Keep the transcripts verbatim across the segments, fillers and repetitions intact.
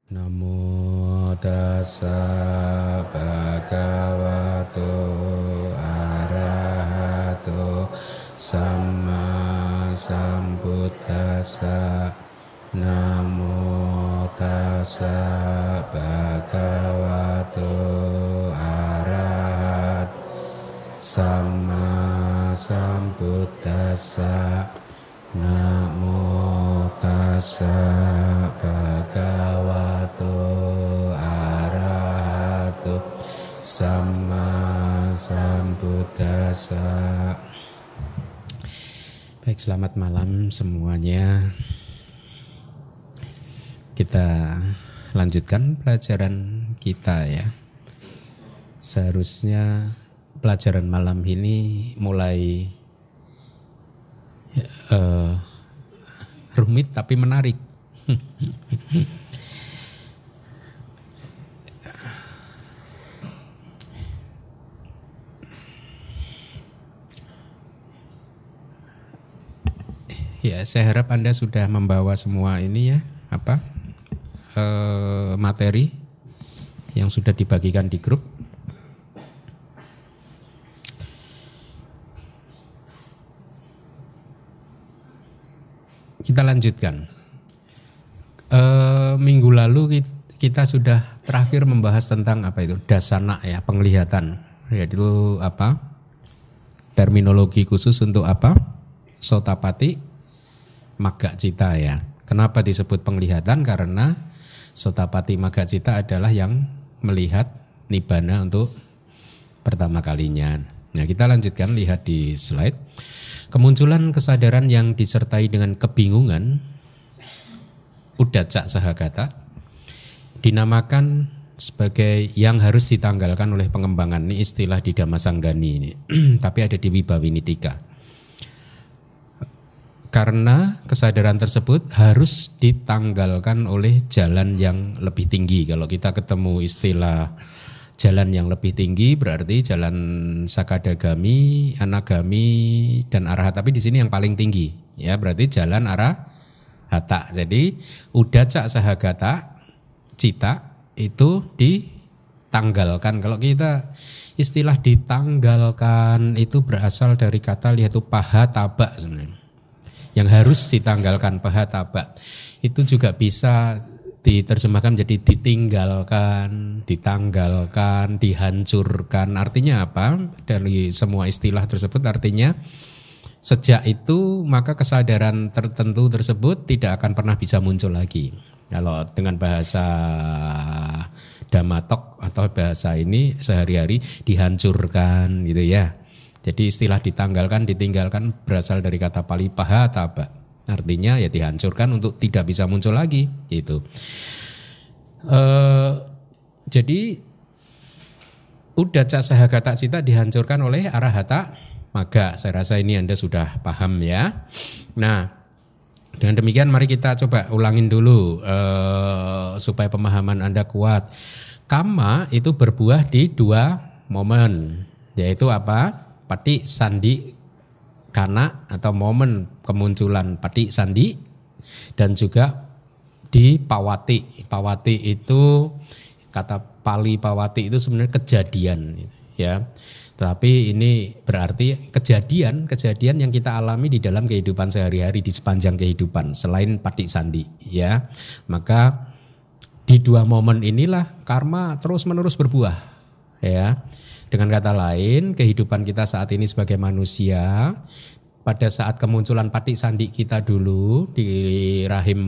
Namo tassa bhagavato arahato samma sambuddhassa. Namo tassa bhagavato arahato samma sambuddhassa. Namo tassa bhagavato arahato samma sambuddhassa. Baik, selamat malam semuanya. Kita lanjutkan pelajaran kita ya. Seharusnya pelajaran malam ini mulai Uh, rumit tapi menarik. Ya, saya harap Anda sudah membawa semua ini ya, apa uh, materi yang sudah dibagikan di grup. Kita lanjutkan. E, minggu lalu kita sudah terakhir membahas tentang apa itu dasana ya, penglihatan. Yaitu apa? Terminologi khusus untuk apa? Sotapati Magga Cita ya. Kenapa disebut penglihatan? Karena Sotapati Magga Cita adalah yang melihat nibbana untuk pertama kalinya. Nah, kita lanjutkan, lihat di slide. Kemunculan kesadaran yang disertai dengan kebingungan, udacca sahagata, dinamakan sebagai yang harus ditanggalkan oleh pengembangan. Ini istilah di Dhammasanggani ini, tapi ada di Wibhawinitika. Karena kesadaran tersebut harus ditanggalkan oleh jalan yang lebih tinggi. Kalau kita ketemu istilah jalan yang lebih tinggi berarti jalan sakadagami, anagami, dan arahat. Tapi di sini yang paling tinggi, ya berarti jalan arahata. Jadi udacca sahagata cita itu ditanggalkan. Kalau kita istilah ditanggalkan itu berasal dari kata yaitu pahataba sebenarnya. Yang harus ditanggalkan pahataba itu juga bisa diterjemahkan menjadi ditinggalkan, ditanggalkan, dihancurkan. Artinya apa? Dari semua istilah tersebut artinya sejak itu maka kesadaran tertentu tersebut tidak akan pernah bisa muncul lagi. Kalau dengan bahasa Dhammatok atau bahasa ini sehari-hari dihancurkan gitu ya. Jadi istilah ditanggalkan, ditinggalkan berasal dari kata Pali pahataba. Artinya ya dihancurkan untuk tidak bisa muncul lagi gitu. E, jadi udacca sahagata cita dihancurkan oleh arahata magga. Saya rasa ini Anda sudah paham ya. Nah, dengan demikian mari kita coba ulangin dulu e, supaya pemahaman Anda kuat. Kamma itu berbuah di dua momen, yaitu apa? Pati sandi kana atau momen kemunculan pati sandi dan juga di pawati. Pawati itu kata Pali pawati itu sebenarnya kejadian ya. Tapi ini berarti kejadian-kejadian yang kita alami di dalam kehidupan sehari-hari di sepanjang kehidupan selain pati sandi ya. Maka di dua momen inilah karma terus-menerus berbuah ya. Dengan kata lain, kehidupan kita saat ini sebagai manusia, pada saat kemunculan pati sandi kita dulu di rahim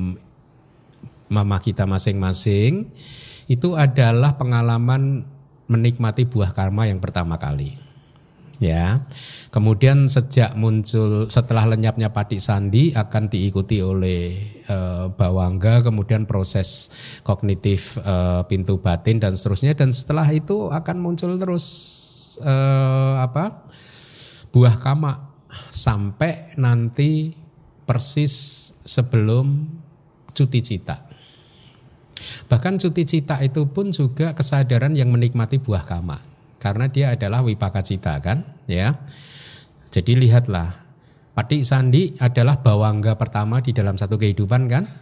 mama kita masing-masing, itu adalah pengalaman menikmati buah karma yang pertama kali. Ya. Kemudian sejak muncul setelah lenyapnya pati sandi akan diikuti oleh e, bawangga, kemudian proses kognitif e, pintu batin dan seterusnya, dan setelah itu akan muncul terus e, apa? buah kama sampai nanti persis sebelum cuti cita. Bahkan cuti cita itu pun juga kesadaran yang menikmati buah kama. Karena dia adalah wipaka cita kan ya. Jadi lihatlah, pati sandi adalah bawangga pertama di dalam satu kehidupan kan.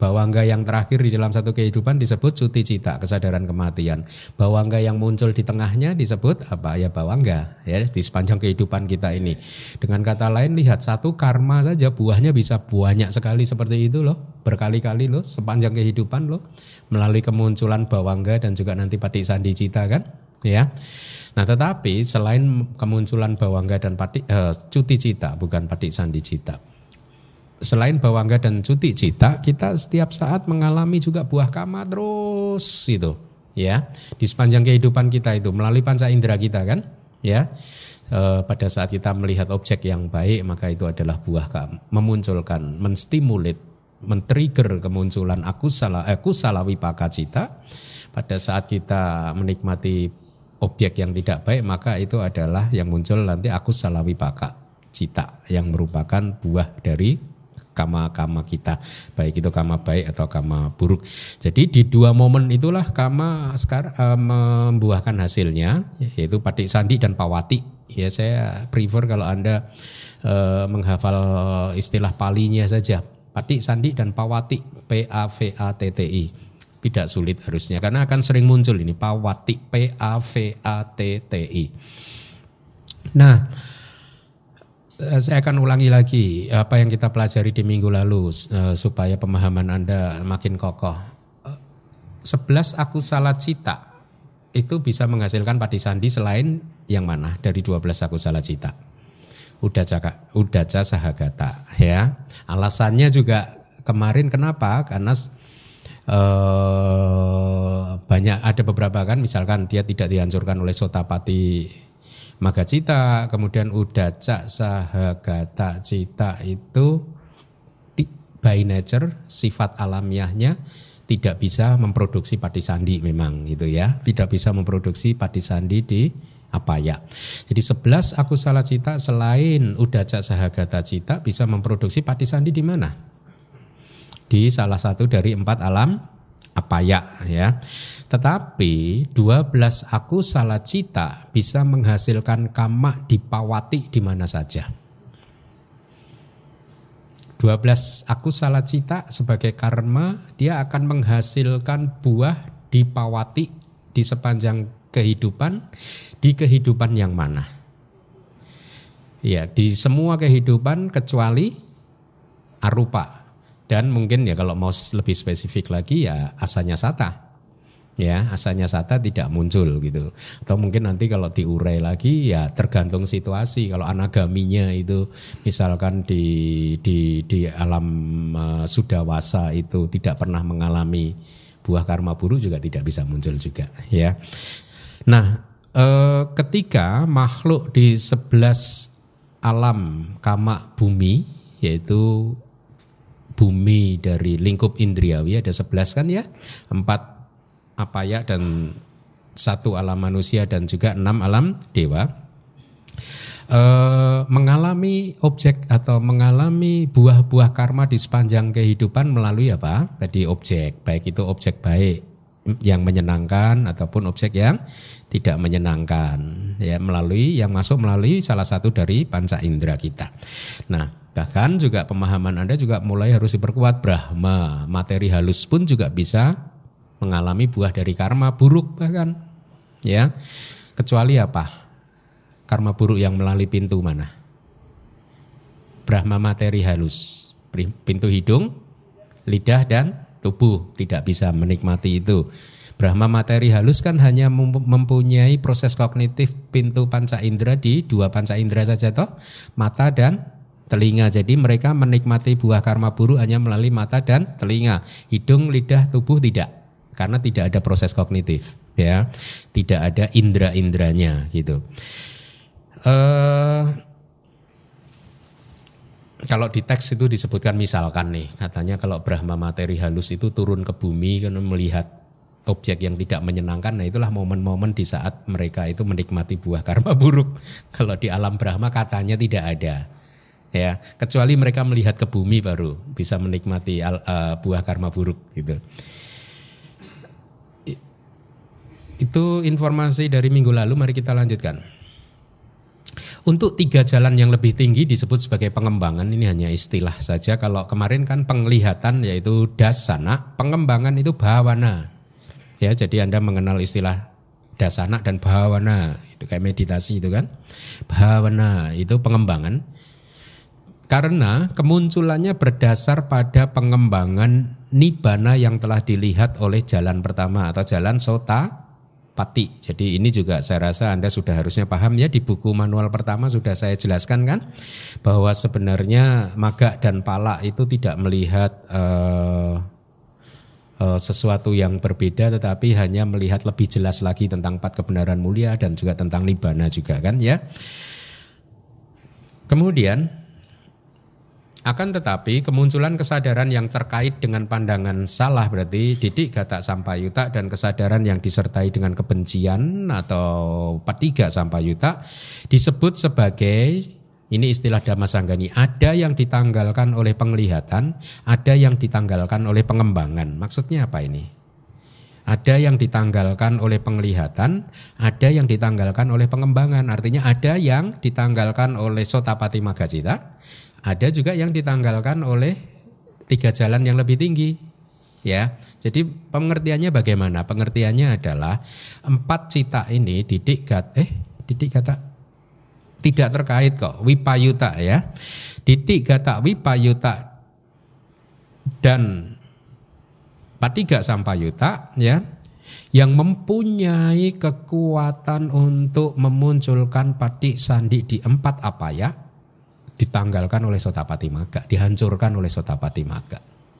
Bawangga yang terakhir di dalam satu kehidupan disebut cuti cita, kesadaran kematian. Bawangga yang muncul di tengahnya disebut apa? Ya bawangga ya di sepanjang kehidupan kita ini. Dengan kata lain lihat satu karma saja buahnya bisa banyak sekali seperti itu loh, berkali-kali loh sepanjang kehidupan loh melalui kemunculan bawangga dan juga nanti paticandi cita kan ya. Nah tetapi selain kemunculan bawangga dan pati, eh, cuti cita bukan paticandi cita. Selain bawangga dan cuti cita, kita setiap saat mengalami juga buah kama terus itu, ya. Di sepanjang kehidupan kita itu melalui panca indera kita kan, ya. E, pada saat kita melihat objek yang baik, maka itu adalah buah kama, memunculkan, menstimulit, men-trigger kemunculan akusala, eh, kusala wipaka cita. Pada saat kita menikmati objek yang tidak baik, maka itu adalah yang muncul nanti akusala wipaka cita yang merupakan buah dari kama-kama kita, baik itu kama baik atau kama buruk. Jadi di dua momen itulah kama sekarang e, membuahkan hasilnya, yaitu paticandi dan pawati. Ya saya prefer kalau Anda e, menghafal istilah palinya saja, paticandi dan pawati, P A V A T T I. Tidak sulit harusnya karena akan sering muncul ini pawati, P A V A T T I. Nah, saya akan ulangi lagi apa yang kita pelajari di minggu lalu uh, supaya pemahaman Anda makin kokoh. sebelas akusala cita itu bisa menghasilkan paticandi selain yang mana dari dua belas akusala cita? Udaca, udaca sahagata ya. Alasannya juga kemarin kenapa? Karena uh, banyak ada beberapa kan misalkan dia tidak dihancurkan oleh sotapati maga cita, kemudian udaca sahagata cita itu by nature sifat alamiahnya tidak bisa memproduksi paticandi memang gitu ya, tidak bisa memproduksi paticandi di apaya. Jadi sebelas akusala cita selain udaca sahagata cita bisa memproduksi paticandi di mana? Di salah satu dari empat alam apaya ya. Tetapi dua belas akusala cita bisa menghasilkan kama di pawati di mana saja. dua belas akusala cita sebagai karma dia akan menghasilkan buah di pawati di sepanjang kehidupan, di kehidupan yang mana? Ya, di semua kehidupan kecuali arupa. Dan mungkin ya kalau mau lebih spesifik lagi ya asanya sata. Ya, asanya sata tidak muncul gitu. Atau mungkin nanti kalau diurai lagi ya tergantung situasi. Kalau anagaminya itu misalkan di di di alam uh, sudawasa itu tidak pernah mengalami buah karma buruk juga tidak bisa muncul juga ya. Nah, eh, ketika makhluk di sebelas alam kama bumi yaitu bumi dari lingkup indriawi ada sebelas kan ya, empat apaya dan satu alam manusia dan juga enam alam dewa e, mengalami objek atau mengalami buah-buah karma di sepanjang kehidupan melalui apa? Tadi objek, baik itu objek baik yang menyenangkan ataupun objek yang tidak menyenangkan ya, melalui yang masuk melalui salah satu dari panca indera kita. Nah, bahkan juga pemahaman Anda juga mulai harus diperkuat. Brahma, materi halus pun juga bisa mengalami buah dari karma buruk bahkan ya, kecuali apa? Karma buruk yang melalui pintu mana? Brahma materi halus, pintu hidung, lidah dan tubuh tidak bisa menikmati itu. Brahma materi halus kan hanya mempunyai proses kognitif pintu panca indera di dua panca indera saja toh, mata dan telinga. Jadi mereka menikmati buah karma buruk hanya melalui mata dan telinga. Hidung, lidah, tubuh tidak. Karena tidak ada proses kognitif, ya, tidak ada indera-inderanya gitu. Uh, kalau di teks itu disebutkan misalkan nih, katanya kalau Brahma materi halus itu turun ke bumi karena melihat objek yang tidak menyenangkan, nah itulah momen-momen di saat mereka itu menikmati buah karma buruk. Kalau di alam Brahma katanya tidak ada. Ya, kecuali mereka melihat ke bumi baru bisa menikmati uh, buah karma buruk gitu. Itu informasi dari minggu lalu, mari kita lanjutkan. Untuk tiga jalan yang lebih tinggi disebut sebagai pengembangan, ini hanya istilah saja. Kalau kemarin kan penglihatan yaitu dasana, pengembangan itu bhawana. Ya, jadi Anda mengenal istilah dasana dan bhawana, itu kayak meditasi itu kan. Bhawana itu pengembangan. Karena kemunculannya berdasar pada pengembangan nibbana yang telah dilihat oleh jalan pertama atau jalan sotapati. Jadi ini juga saya rasa Anda sudah harusnya paham ya, di buku manual pertama sudah saya jelaskan kan bahwa sebenarnya magga dan pala itu tidak melihat uh, uh, sesuatu yang berbeda, tetapi hanya melihat lebih jelas lagi tentang empat kebenaran mulia dan juga tentang nibbana juga kan ya. Kemudian akan tetapi kemunculan kesadaran yang terkait dengan pandangan salah, berarti didik gata sampayuta, dan kesadaran yang disertai dengan kebencian atau patiga sampayuta disebut sebagai, ini istilah Dhammasanggani, ada yang ditanggalkan oleh penglihatan, ada yang ditanggalkan oleh pengembangan. Maksudnya apa ini? Ada yang ditanggalkan oleh penglihatan, ada yang ditanggalkan oleh pengembangan. Artinya ada yang ditanggalkan oleh sotapati magga cita, ada juga yang ditanggalkan oleh tiga jalan yang lebih tinggi. Ya, jadi pengertiannya bagaimana? Pengertiannya adalah empat cita ini didik gat, eh didik gata tidak terkait kok, wipayuta ya. Didik gata wipayuta dan patiga sampayuta ya, yang mempunyai kekuatan untuk memunculkan patik sandi di empat apaya, ditanggalkan oleh sotapati magga, dihancurkan oleh sotapati magga.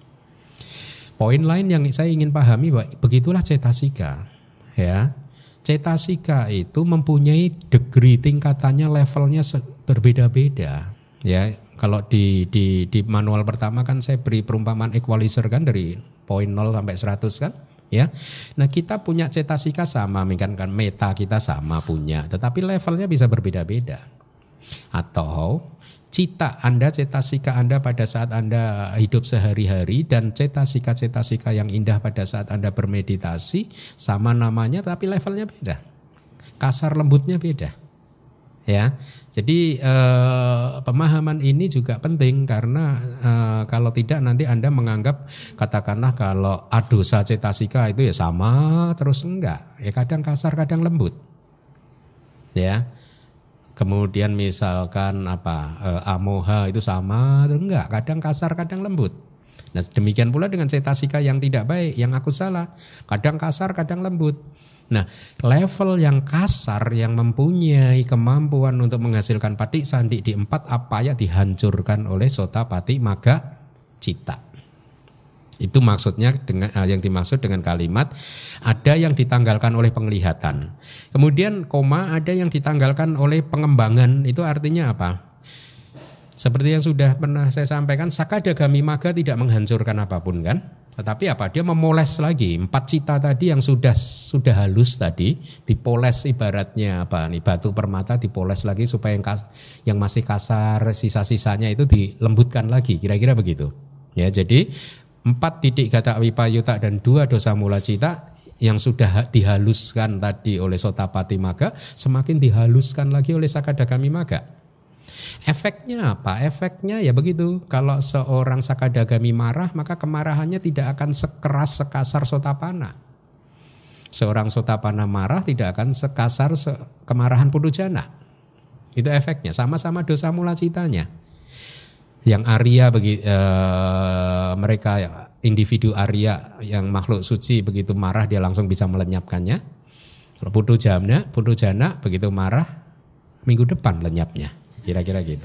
Poin lain yang saya ingin pahami, begitulah cetasika. Ya, cetasika itu mempunyai degree tingkatannya, levelnya berbeda-beda. Ya, kalau di di di manual pertama kan saya beri perumpamaan equalizer kan dari poin nol sampai seratus kan. Ya, nah kita punya cetasika sama, kan kan meta kita sama punya, tetapi levelnya bisa berbeda-beda. Atau cita Anda, cetasika Anda pada saat Anda hidup sehari-hari dan cetasika-cetasika yang indah pada saat Anda bermeditasi sama namanya tapi levelnya beda. Kasar lembutnya beda. Ya. Jadi eh, pemahaman ini juga penting karena eh, kalau tidak nanti Anda menganggap katakanlah kalau adosa cetasika itu ya sama terus, enggak. Ya kadang kasar, kadang lembut. Ya. Kemudian misalkan apa e, amoha itu sama, enggak, kadang kasar kadang lembut. Nah demikian pula dengan cetasika yang tidak baik, yang aku salah, kadang kasar kadang lembut. Nah level yang kasar yang mempunyai kemampuan untuk menghasilkan patik sandi di empat apaya dihancurkan oleh sotapati magga cita. Itu maksudnya dengan yang dimaksud dengan kalimat ada yang ditanggalkan oleh penglihatan. Kemudian koma ada yang ditanggalkan oleh pengembangan. Itu artinya apa? Seperti yang sudah pernah saya sampaikan, sakadagami magga tidak menghancurkan apapun kan? Tetapi apa? Dia memoles lagi empat cita tadi yang sudah sudah halus tadi, dipoles ibaratnya apa nih, batu permata dipoles lagi supaya yang, kas, yang masih kasar sisa-sisanya itu dilembutkan lagi, kira-kira begitu. Ya, jadi empat titik gata wipayuta dan dua dosa mula cita yang sudah dihaluskan tadi oleh sotapati magga semakin dihaluskan lagi oleh sakadagami magga. Efeknya apa? Efeknya ya begitu. Kalau seorang sakadagami marah, maka kemarahannya tidak akan sekeras sekasar sotapana. Seorang sotapana marah tidak akan sekasar kemarahan pudujana. Itu efeknya. Sama-sama dosa mula citanya. Yang Arya bagi e, mereka individu Arya yang makhluk suci begitu marah dia langsung bisa melenyapkannya. Kalau putu jana, putu jana begitu marah minggu depan lenyapnya, kira-kira gitu.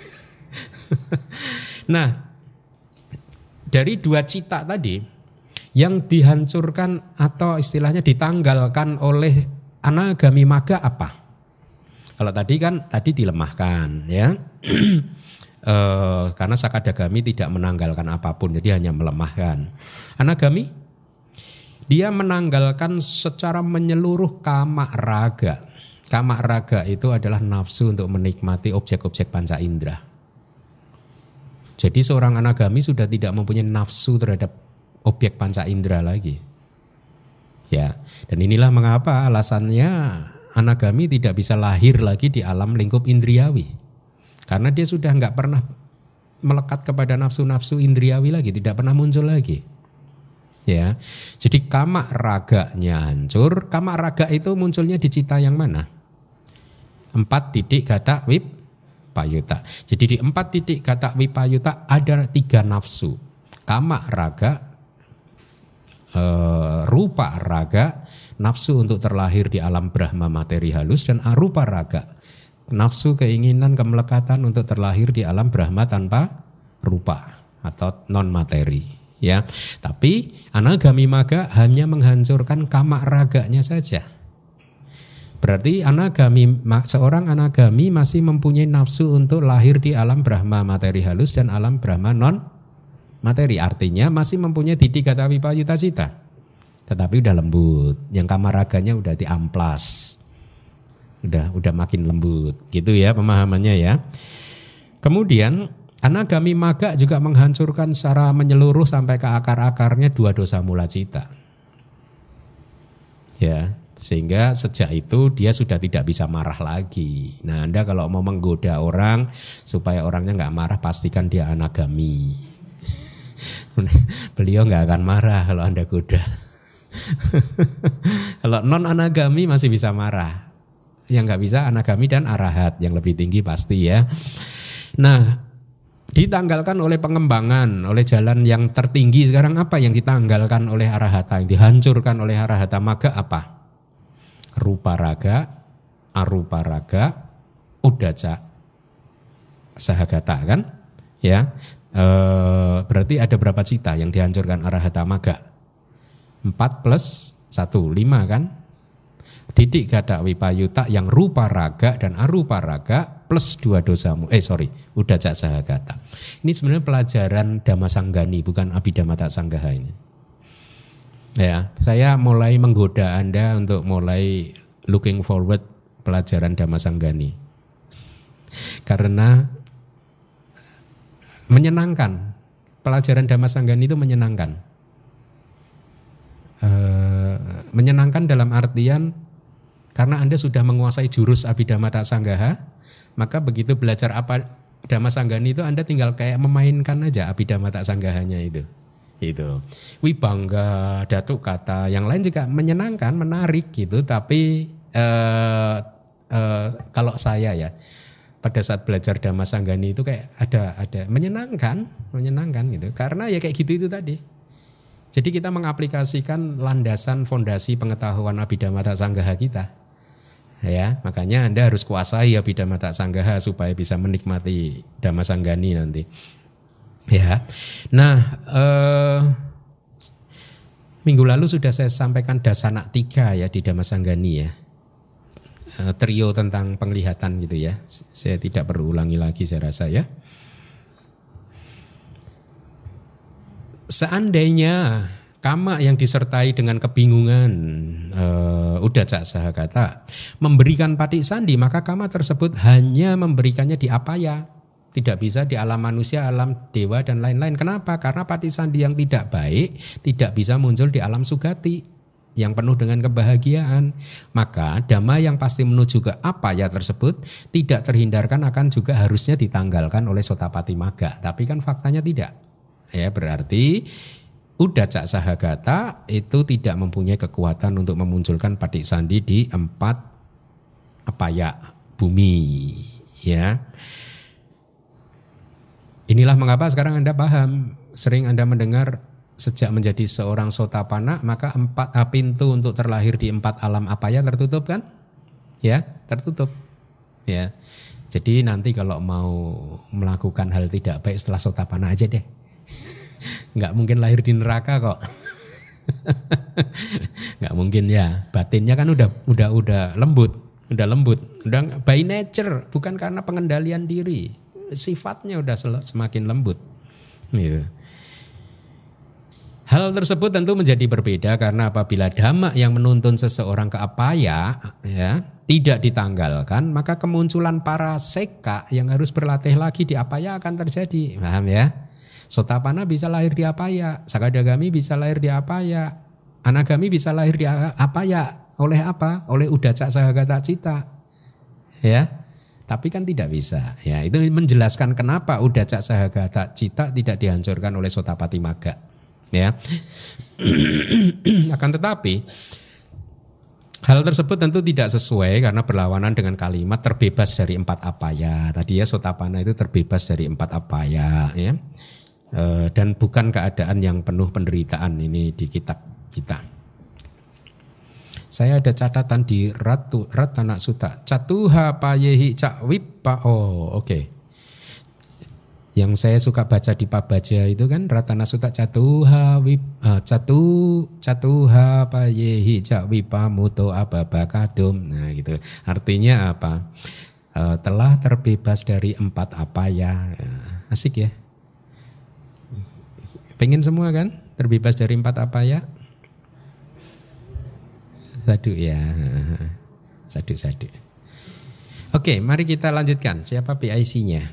Nah, dari dua cita tadi yang dihancurkan atau istilahnya ditanggalkan oleh anagami magga apa? Kalau tadi kan tadi dilemahkan ya. Uh, karena sakadagami tidak menanggalkan apapun, jadi hanya melemahkan. Anagami dia menanggalkan secara menyeluruh kama raga. Kama raga itu adalah nafsu untuk menikmati objek-objek panca indera. Jadi seorang anagami sudah tidak mempunyai nafsu terhadap objek panca indera lagi. Ya, dan inilah mengapa alasannya anagami tidak bisa lahir lagi di alam lingkup indriawi. Karena dia sudah nggak pernah melekat kepada nafsu-nafsu indriawi lagi, tidak pernah muncul lagi. Ya, jadi kama raganya hancur. Kama raga itu munculnya di cita yang mana? Empat titik gata wip payuta. Jadi di empat titik gata wip payuta ada tiga nafsu. Kama raga, e, rupa raga, nafsu untuk terlahir di alam Brahma materi halus, dan arupa raga, nafsu keinginan kemelekatan untuk terlahir di alam Brahma tanpa rupa atau non materi. Ya, tapi anagami maga hanya menghancurkan kama raganya saja. Berarti anagami, seorang anagami masih mempunyai nafsu untuk lahir di alam Brahma materi halus dan alam Brahma non materi. Artinya masih mempunyai titik gata wipayuta cita, tetapi udah lembut. Yang kama raganya udah diamplas, udah udah makin lembut, gitu ya pemahamannya ya. Kemudian anagami maga juga menghancurkan secara menyeluruh sampai ke akar-akarnya dua dosa mula cita. Ya, sehingga sejak itu dia sudah tidak bisa marah lagi. Nah, Anda kalau mau menggoda orang supaya orangnya nggak marah, pastikan dia anagami. Beliau nggak akan marah kalau Anda goda. Kalau non anagami masih bisa marah. Yang nggak bisa anagami dan arahat, yang lebih tinggi pasti ya. Nah, ditanggalkan oleh pengembangan, oleh jalan yang tertinggi sekarang apa yang ditanggalkan oleh arahata, yang dihancurkan oleh arahata maga apa? Rupa raga, arupa raga, udaca sahagata kan? Ya, e, berarti ada berapa cita yang dihancurkan arahata maga? Empat plus satu, lima kan? Titik gata wipayuta yang rupa raga dan arupa raga plus dua dosamu. Eh sorry, udaca sahagata. Ini sebenarnya pelajaran Dhammasanggani, bukan Abhidhamma Sanggaha ini. Ya, saya mulai menggoda Anda untuk mulai looking forward pelajaran Dhammasanggani. Karena menyenangkan. Pelajaran Dhammasanggani itu menyenangkan. E, menyenangkan dalam artian karena Anda sudah menguasai jurus Abhidhamma Sanggaha, maka begitu belajar apa Dhammasanggani itu Anda tinggal kayak memainkan aja Abhidhamma Sanggahanya itu. Itu. Wibangga, Datuk Kata, yang lain juga menyenangkan, menarik gitu, tapi eh, eh, kalau saya ya pada saat belajar Dhammasanggani itu kayak ada ada menyenangkan, menyenangkan gitu. Karena ya kayak gitu itu tadi. Jadi kita mengaplikasikan landasan fondasi pengetahuan Abhidhamma Sanggaha kita. Ya, makanya Anda harus kuasai Abhidhamma Sanggaha supaya bisa menikmati Dhammasanggani nanti. Ya. Nah, eh, minggu lalu sudah saya sampaikan dasana tiga ya di Dhammasanggani ya. Eh, trio tentang penglihatan gitu ya. Saya tidak perlu ulangi lagi saya rasa ya. Seandainya kama yang disertai dengan kebingungan uh, udaca sahagata memberikan patisandi, maka kama tersebut hanya memberikannya di apaya, tidak bisa di alam manusia, alam dewa dan lain-lain. Kenapa? Karena patisandi yang tidak baik tidak bisa muncul di alam sugati yang penuh dengan kebahagiaan. Maka dhamma yang pasti menuju ke apaya tersebut tidak terhindarkan, akan juga harusnya ditanggalkan oleh Sotapati Magga. Tapi kan faktanya tidak. Ya, berarti udaca sahagata itu tidak mempunyai kekuatan untuk memunculkan patisandi di empat apaya bumi. Ya, inilah mengapa sekarang Anda paham, sering Anda mendengar sejak menjadi seorang sotapana maka empat pintu untuk terlahir di empat alam apaya tertutup kan? Ya, tertutup. Ya, jadi nanti kalau mau melakukan hal tidak baik setelah sotapana aja deh. Nggak mungkin lahir di neraka kok. Nggak mungkin ya. Batinnya kan udah udah udah lembut, udah lembut, udah by nature, bukan karena pengendalian diri. Sifatnya udah semakin lembut. Gitu. Hal tersebut tentu menjadi berbeda karena apabila dhamma yang menuntun seseorang ke apaya ya tidak ditanggalkan, maka kemunculan para seka yang harus berlatih lagi di apaya akan terjadi. Paham ya? Sotapana bisa lahir di apaya, Sakadagami bisa lahir di apaya, Anagami bisa lahir di apaya, oleh apa? Oleh udacak sahagata cita. Ya. Tapi kan tidak bisa. Ya, itu menjelaskan kenapa udacak sahagata cita tidak dihancurkan oleh Sotapati Magga. Ya. Akan tetapi hal tersebut tentu tidak sesuai karena berlawanan dengan kalimat terbebas dari empat apaya. Tadi ya Sotapana itu terbebas dari empat apaya, ya. E, dan bukan keadaan yang penuh penderitaan ini di kitab kita. Saya ada catatan di Ratu Ratana Sutta. Catuha payehi cakwipa. Oh, oke. Okay. Yang saya suka baca di Pabaja itu kan Ratana Sutta catuha wip uh, catu catuha payehi cakwipa muto ababakadum. Nah, gitu. Artinya apa? Uh, telah terbebas dari empat apaya. Uh, asik ya. Pengen semua kan? Terbebas dari empat apaya? Sadu ya. Sadu sadu. Oke, mari kita lanjutkan. Siapa P I C-nya?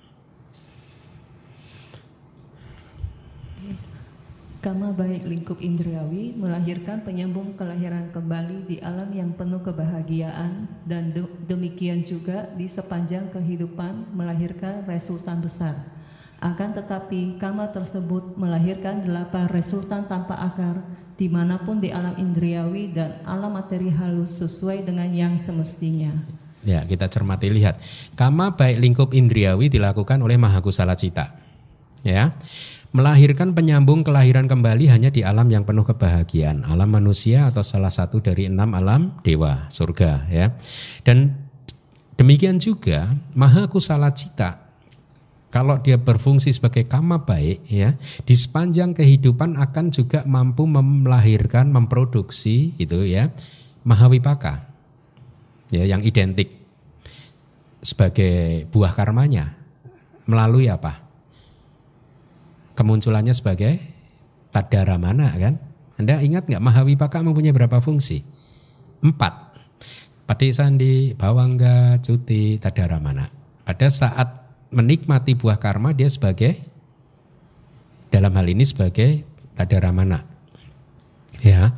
Kama baik lingkup indriawi melahirkan penyambung kelahiran kembali di alam yang penuh kebahagiaan dan de- demikian juga di sepanjang kehidupan melahirkan resultan besar. Akan tetapi kama tersebut melahirkan delapan resultan tanpa akar dimanapun di alam indriawi dan alam materi halus sesuai dengan yang semestinya. Ya, kita cermati lihat. Kama baik lingkup indriawi dilakukan oleh Mahakusala Cita. Ya. Melahirkan penyambung kelahiran kembali hanya di alam yang penuh kebahagiaan, alam manusia atau salah satu dari enam alam dewa, surga, ya. Dan demikian juga Mahakusala Cita, kalau dia berfungsi sebagai kama baik, ya, di sepanjang kehidupan akan juga mampu melahirkan, memproduksi itu, ya, Mahawipaka, ya, yang identik sebagai buah karmanya melalui apa? Kemunculannya sebagai Tadaramana kan? Anda ingat nggak Mahawipaka mempunyai berapa fungsi? Empat. Patisandi, Bawangga, Cuti, Tadaramana. Pada saat menikmati buah karma dia sebagai, dalam hal ini sebagai Tadaramana. Ya.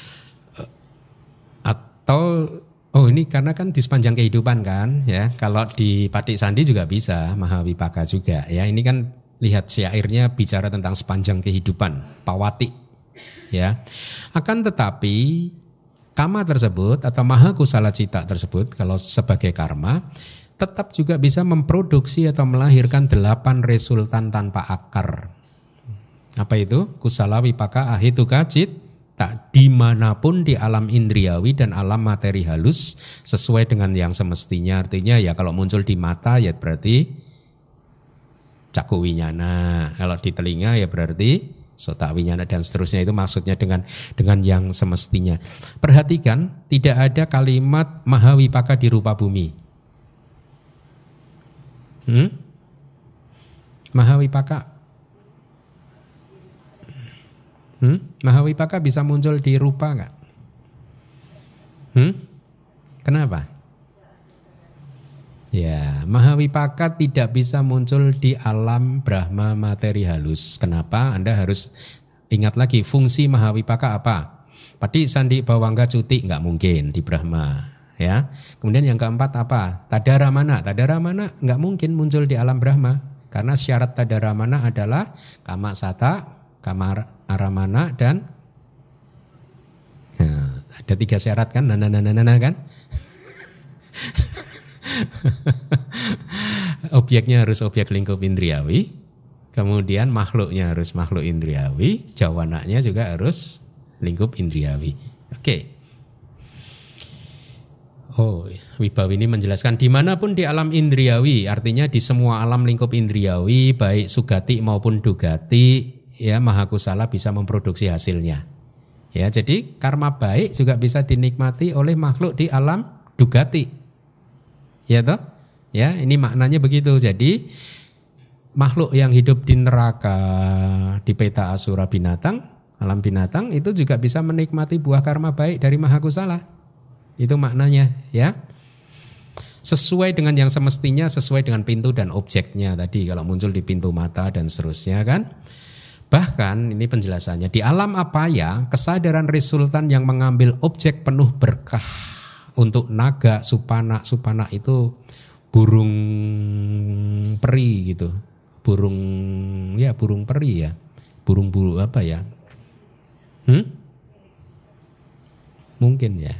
Atau oh ini karena kan di sepanjang kehidupan kan, ya. Kalau di Patisandi juga bisa Mahawipaka juga, ya. Ini kan lihat syairnya bicara tentang sepanjang kehidupan, pawati, ya. Akan tetapi kama tersebut atau Mahakusala Cita tersebut kalau sebagai karma tetap juga bisa memproduksi atau melahirkan delapan resultan tanpa akar. Apa itu? Kusala Wipaka Ahituka Cita, dimanapun di alam indriawi dan alam materi halus sesuai dengan yang semestinya. Artinya ya kalau muncul di mata ya berarti Caku winyana, kalau di telinga ya berarti sota winyana dan seterusnya, itu maksudnya dengan dengan yang semestinya. Perhatikan tidak ada kalimat Mahawipaka di rupa bumi. Hmm? Mahawipaka, hmm? Mahawipaka bisa muncul di rupa nggak? Hmm? Kenapa? Ya, Mahawipaka tidak bisa muncul di alam Brahma materi halus. Kenapa? Anda harus ingat lagi fungsi Mahawipaka apa? Pati Sandi Bawangga Cuti nggak mungkin di Brahma, ya. Kemudian yang keempat apa? Tadaramana. Tadaramana nggak mungkin muncul di alam Brahma karena syarat Tadaramana adalah Kama Sata, Kama Aramana dan nah, ada tiga syarat kan? Nana nana nana kan? Objeknya harus objek lingkup indriawi, kemudian makhluknya harus makhluk indriawi, jawananya juga harus lingkup indriawi. Oke. Oh, Wibawi ini menjelaskan dimanapun di alam indriawi, artinya di semua alam lingkup indriawi, baik sugati maupun dugati, ya Mahakusala bisa memproduksi hasilnya. Ya, jadi karma baik juga bisa dinikmati oleh makhluk di alam dugati. Ya toh? Ya, ini maknanya begitu. Jadi makhluk yang hidup di neraka, di peta asura binatang, alam binatang itu juga bisa menikmati buah karma baik dari Mahakusala. Itu maknanya, ya. Sesuai dengan yang semestinya, sesuai dengan pintu dan objeknya tadi kalau muncul di pintu mata dan seterusnya kan. Bahkan ini penjelasannya, di alam apaya kesadaran resultan yang mengambil objek penuh berkah untuk naga, supana, supana itu burung peri gitu. Burung ya burung peri ya. Burung buru apa ya? Hmm? Mungkin ya.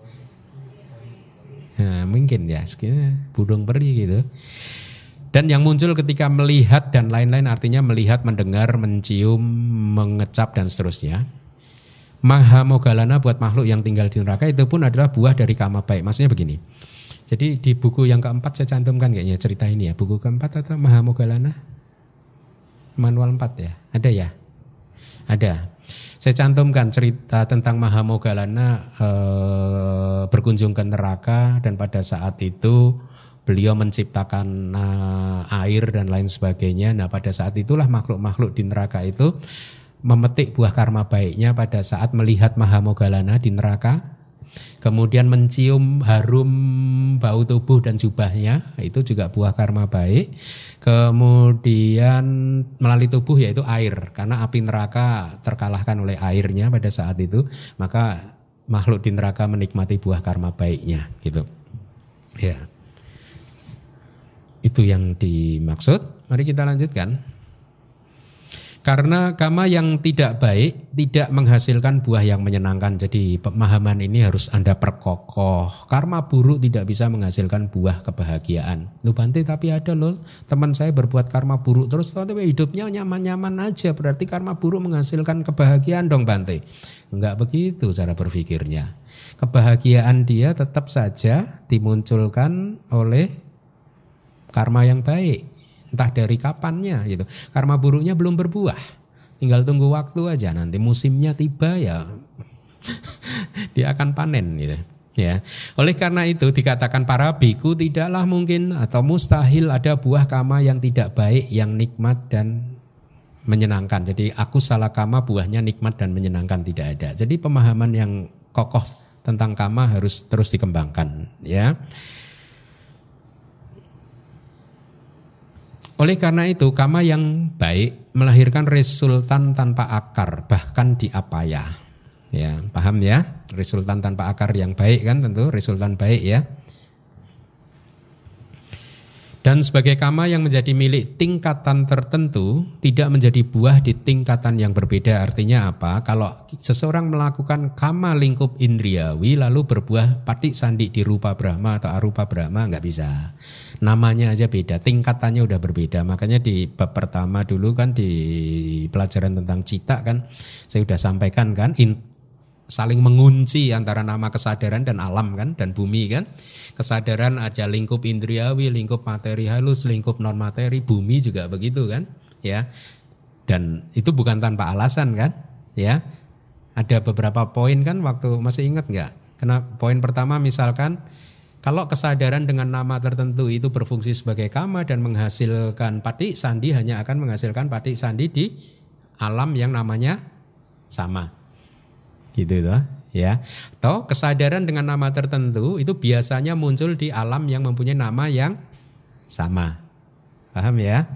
Nah, mungkin ya, burung peri gitu. Dan yang muncul ketika melihat dan lain-lain, artinya melihat, mendengar, mencium, mengecap dan seterusnya. Mahamogalana buat makhluk yang tinggal di neraka itu pun adalah buah dari kama baik. Maksudnya begini. Jadi di buku yang keempat saya cantumkan kayaknya cerita ini ya. Buku keempat atau Mahamogalana? Manual empat ya? Ada ya? Ada. Saya cantumkan cerita tentang Mahamogalana e, berkunjung ke neraka dan pada saat itu beliau menciptakan e, air dan lain sebagainya. Nah pada saat itulah makhluk-makhluk di neraka itu memetik buah karma baiknya pada saat melihat Mahamogalana di neraka. Kemudian mencium harum bau tubuh dan jubahnya, itu juga buah karma baik. Kemudian melalui tubuh yaitu air, karena api neraka terkalahkan oleh airnya pada saat itu, maka makhluk di neraka menikmati buah karma baiknya gitu. Ya. Itu yang dimaksud. Mari kita lanjutkan. Karena kama yang tidak baik tidak menghasilkan buah yang menyenangkan. Jadi pemahaman ini harus Anda perkokoh. Karma buruk tidak bisa menghasilkan buah kebahagiaan. Loh Bante, tapi ada loh teman saya berbuat karma buruk terus tapi hidupnya nyaman-nyaman aja. Berarti karma buruk menghasilkan kebahagiaan dong Bante. Enggak begitu cara berpikirnya. Kebahagiaan dia tetap saja dimunculkan oleh karma yang baik. Entah dari kapannya gitu. Karma buruknya belum berbuah. Tinggal tunggu waktu aja, nanti musimnya tiba ya dia akan panen gitu. Ya. Oleh karena itu dikatakan para biku tidaklah mungkin atau mustahil ada buah kama yang tidak baik, yang nikmat dan menyenangkan. Jadi aku salah kama buahnya nikmat dan menyenangkan tidak ada. Jadi pemahaman yang kokoh tentang kama harus terus dikembangkan ya. Oleh karena itu, kama yang baik melahirkan resultan tanpa akar, bahkan di apaya. Ya, paham ya? Resultan tanpa akar yang baik kan tentu resultan baik ya. Dan sebagai kama yang menjadi milik tingkatan tertentu, tidak menjadi buah di tingkatan yang berbeda. Artinya apa? Kalau seseorang melakukan kama lingkup indriawi lalu berbuah patik sandi di rupa Brahma atau arupa Brahma, nggak bisa. Namanya aja beda, tingkatannya udah berbeda. Makanya di bab pertama dulu kan di pelajaran tentang cita kan, saya udah sampaikan kan, in, saling mengunci antara nama kesadaran dan alam kan, dan bumi kan. Kesadaran ada lingkup indriawi, lingkup materi halus, lingkup non materi, bumi juga begitu kan, ya. Dan itu bukan tanpa alasan kan, ya. Ada beberapa poin kan waktu masih ingat nggak? Karena poin pertama misalkan kalau kesadaran dengan nama tertentu itu berfungsi sebagai kama dan menghasilkan patik sandi, hanya akan menghasilkan patik sandi di alam yang namanya sama. Gitu toh, ya. Atau kesadaran dengan nama tertentu itu biasanya muncul di alam yang mempunyai nama yang sama. Paham ya?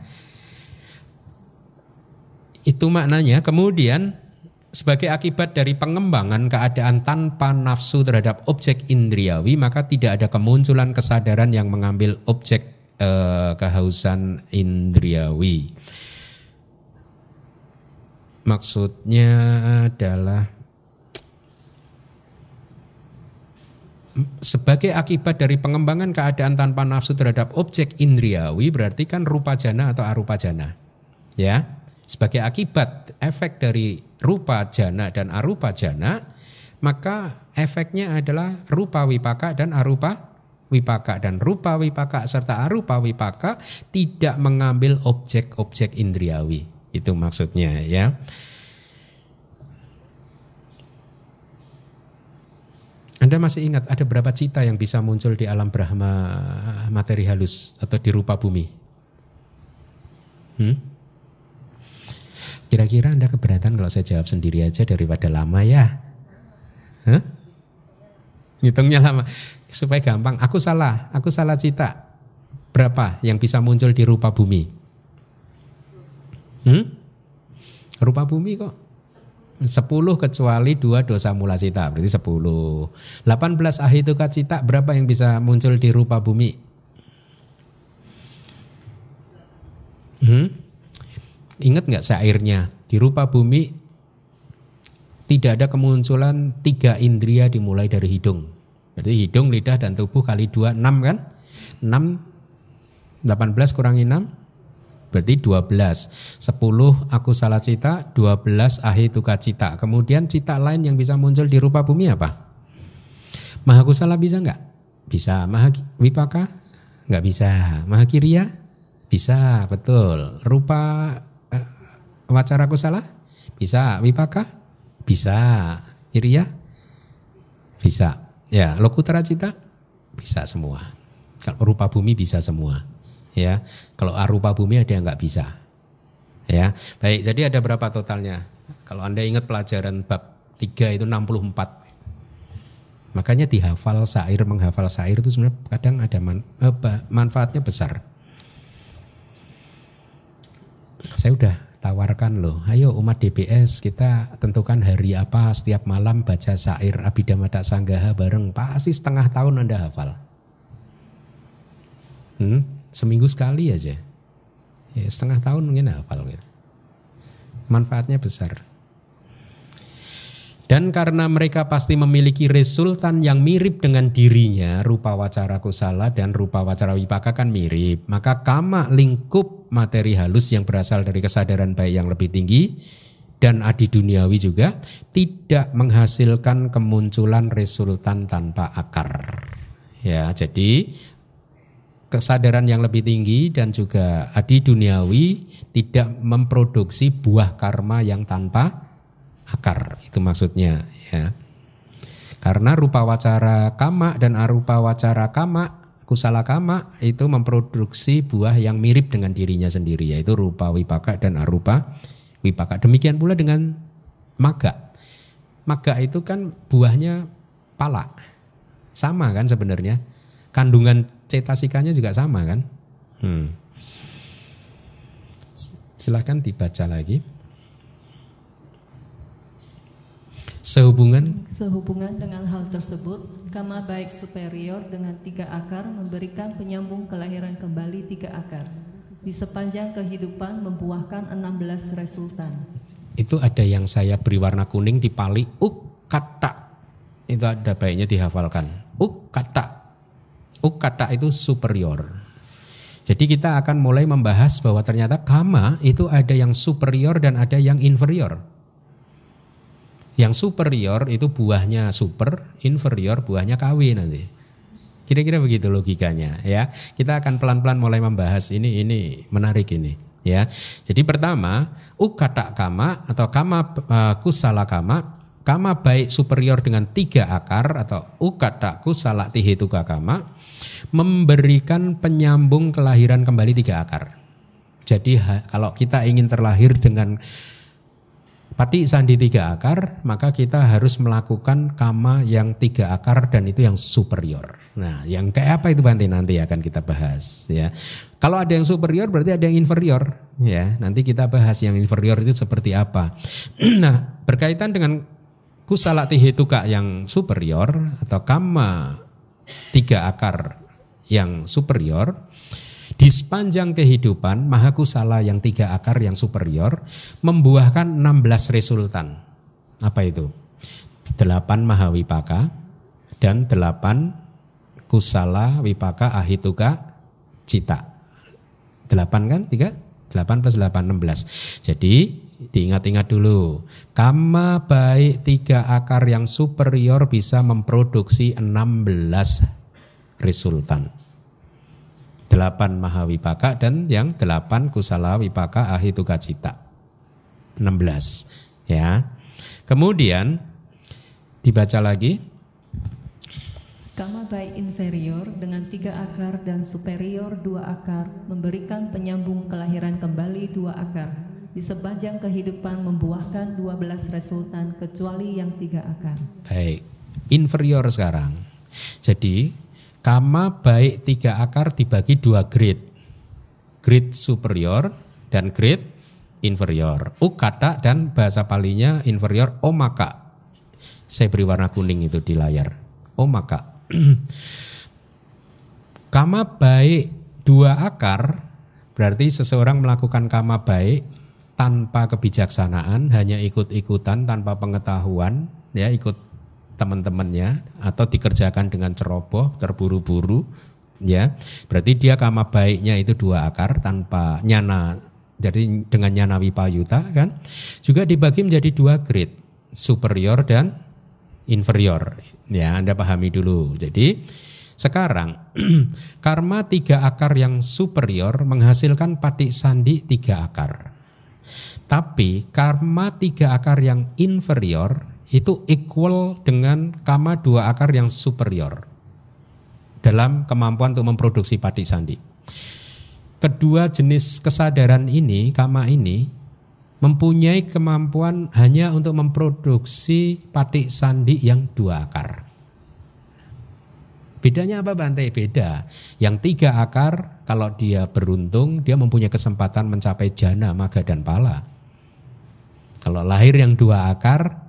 Itu maknanya. Kemudian sebagai akibat dari pengembangan keadaan tanpa nafsu terhadap objek indriawi, maka tidak ada kemunculan kesadaran yang mengambil objek eh, kehausan indriawi. Maksudnya adalah sebagai akibat dari pengembangan keadaan tanpa nafsu terhadap objek indriawi, berarti kan rupa jana atau arupa jana. Ya, sebagai akibat efek dari rupa jana dan arupa jana, maka efeknya adalah rupa wipaka dan arupa wipaka. Dan rupa wipaka serta arupa wipaka tidak mengambil objek-objek indriawi. Itu maksudnya ya. Anda masih ingat ada berapa cita yang bisa muncul di alam Brahma materi halus atau di rupa bumi? Hmm? Kira-kira Anda keberatan kalau saya jawab sendiri aja daripada lama ya? Hah? Ngitungnya lama supaya gampang. Aku salah, aku salah cita. Berapa yang bisa muncul di rupa bumi? Hmm? Rupa bumi kok sepuluh kecuali dua dosa mula cita, berarti sepuluh. delapan belas ahituka cita, berapa yang bisa muncul di rupa bumi? Hmm? Ingat nggak syairnya? Di rupa bumi tidak ada kemunculan tiga indria dimulai dari hidung. Berarti hidung, lidah, dan tubuh kali dua, enam kan? enam, delapan belas kurangi enam, berarti dua belas. sepuluh akusala cita, dua belas ahituka cita. Kemudian cita lain yang bisa muncul di rupa bumi apa? Mahakusala bisa nggak? Bisa. Mahawipaka? Nggak bisa. Mahakiriya? Bisa, betul. Rupa eh, wacara kusala? Bisa. Wipaka? Bisa. Iriya? Bisa. Ya, lokutra cita? Bisa semua. Kalau rupa bumi bisa semua. Ya, kalau arupa bumi ada yang nggak bisa. Ya, baik. Jadi ada berapa totalnya? Kalau Anda ingat pelajaran bab tiga itu enam puluh empat. Makanya dihafal syair, menghafal syair itu sebenarnya kadang ada man, eh, manfaatnya besar. Saya udah tawarkan loh, ayo umat D B S kita tentukan hari apa setiap malam baca syair Abhidhamma Sanggaha bareng, pasti setengah tahun Anda hafal. Hmm, seminggu sekali aja, ya, setengah tahun mungkin hafal. Manfaatnya besar. Dan karena mereka pasti memiliki resultan yang mirip dengan dirinya, rupa wacara kusala dan rupa wacara wipaka kan mirip, maka kama lingkup materi halus yang berasal dari kesadaran baik yang lebih tinggi dan adi duniawi juga tidak menghasilkan kemunculan resultan tanpa akar. Ya, jadi kesadaran yang lebih tinggi dan juga adi duniawi tidak memproduksi buah karma yang tanpa akar, itu maksudnya ya. Karena rupa wacara kama dan arupa wacara kama, kusala kama itu memproduksi buah yang mirip dengan dirinya sendiri, yaitu rupa wipaka dan arupa wipaka. Demikian pula dengan magga. Magga itu kan buahnya pala. Sama kan sebenarnya. Kandungan cetasikanya juga sama kan? Hmm. Silakan dibaca lagi. Sehubungan Sehubungan dengan hal tersebut, kama baik superior dengan tiga akar memberikan penyambung kelahiran kembali tiga akar. Di sepanjang kehidupan membuahkan enam belas resultan. Itu ada yang saya beri warna kuning di pali ukata. Itu ada baiknya dihafalkan. Ukata. Ukata itu superior. Jadi kita akan mulai membahas bahwa ternyata kama itu ada yang superior dan ada yang inferior. Yang superior itu buahnya super, inferior buahnya K W nanti. Kira-kira begitu logikanya ya. Kita akan pelan-pelan mulai membahas ini, ini menarik ini ya. Jadi pertama, ukata kama atau kama uh, kusala kama, kama baik superior dengan tiga akar atau ukata kusala tihetuka kama memberikan penyambung kelahiran kembali tiga akar. Jadi ha, kalau kita ingin terlahir dengan pati sandi tiga akar, maka kita harus melakukan kama yang tiga akar dan itu yang superior. Nah, yang kayak apa itu nanti nanti akan kita bahas ya. Kalau ada yang superior berarti ada yang inferior ya. Nanti kita bahas yang inferior itu seperti apa. Nah, berkaitan dengan kusala tihetuka yang superior atau kama tiga akar yang superior, di sepanjang kehidupan mahakusala yang tiga akar yang superior membuahkan enam belas resultan. Apa itu? Delapan mahawipaka dan delapan kusala wipaka ahituka cita. Delapan kan? Tiga? Delapan plus delapan, enam belas. Jadi diingat-ingat dulu. Kama baik tiga akar yang superior bisa memproduksi enam belas resultan. Delapan mahawipaka dan yang delapan kusala wipaka ahituka cita. enam belas ya. Kemudian dibaca lagi. Kama baik inferior dengan tiga akar dan superior dua akar memberikan penyambung kelahiran kembali dua akar. Di sepanjang kehidupan membuahkan dua belas resultan kecuali yang tiga akar. Baik, inferior sekarang. Jadi kama baik tiga akar dibagi dua grade. Grade superior dan grade inferior. Ukata dan bahasa Palinya inferior omaka. Saya beri warna kuning itu di layar. Omaka. Kama baik dua akar berarti seseorang melakukan kama baik tanpa kebijaksanaan, hanya ikut-ikutan tanpa pengetahuan, ya ikut teman-temannya atau dikerjakan dengan ceroboh, terburu-buru, ya. Berarti dia kama baiknya itu dua akar tanpa nyana, jadi dengan nyana wipayuta kan. Juga dibagi menjadi dua grade, superior dan inferior. Ya, Anda pahami dulu. Jadi sekarang karma tiga akar yang superior menghasilkan patik sandi tiga akar. Tapi karma tiga akar yang inferior itu equal dengan karma dua akar yang superior dalam kemampuan untuk memproduksi patik sandi. Kedua jenis kesadaran ini, karma ini mempunyai kemampuan hanya untuk memproduksi patik sandi yang dua akar. Bedanya apa Bante? Beda. Yang tiga akar kalau dia beruntung dia mempunyai kesempatan mencapai jana, maga dan pala. Kalau lahir yang dua akar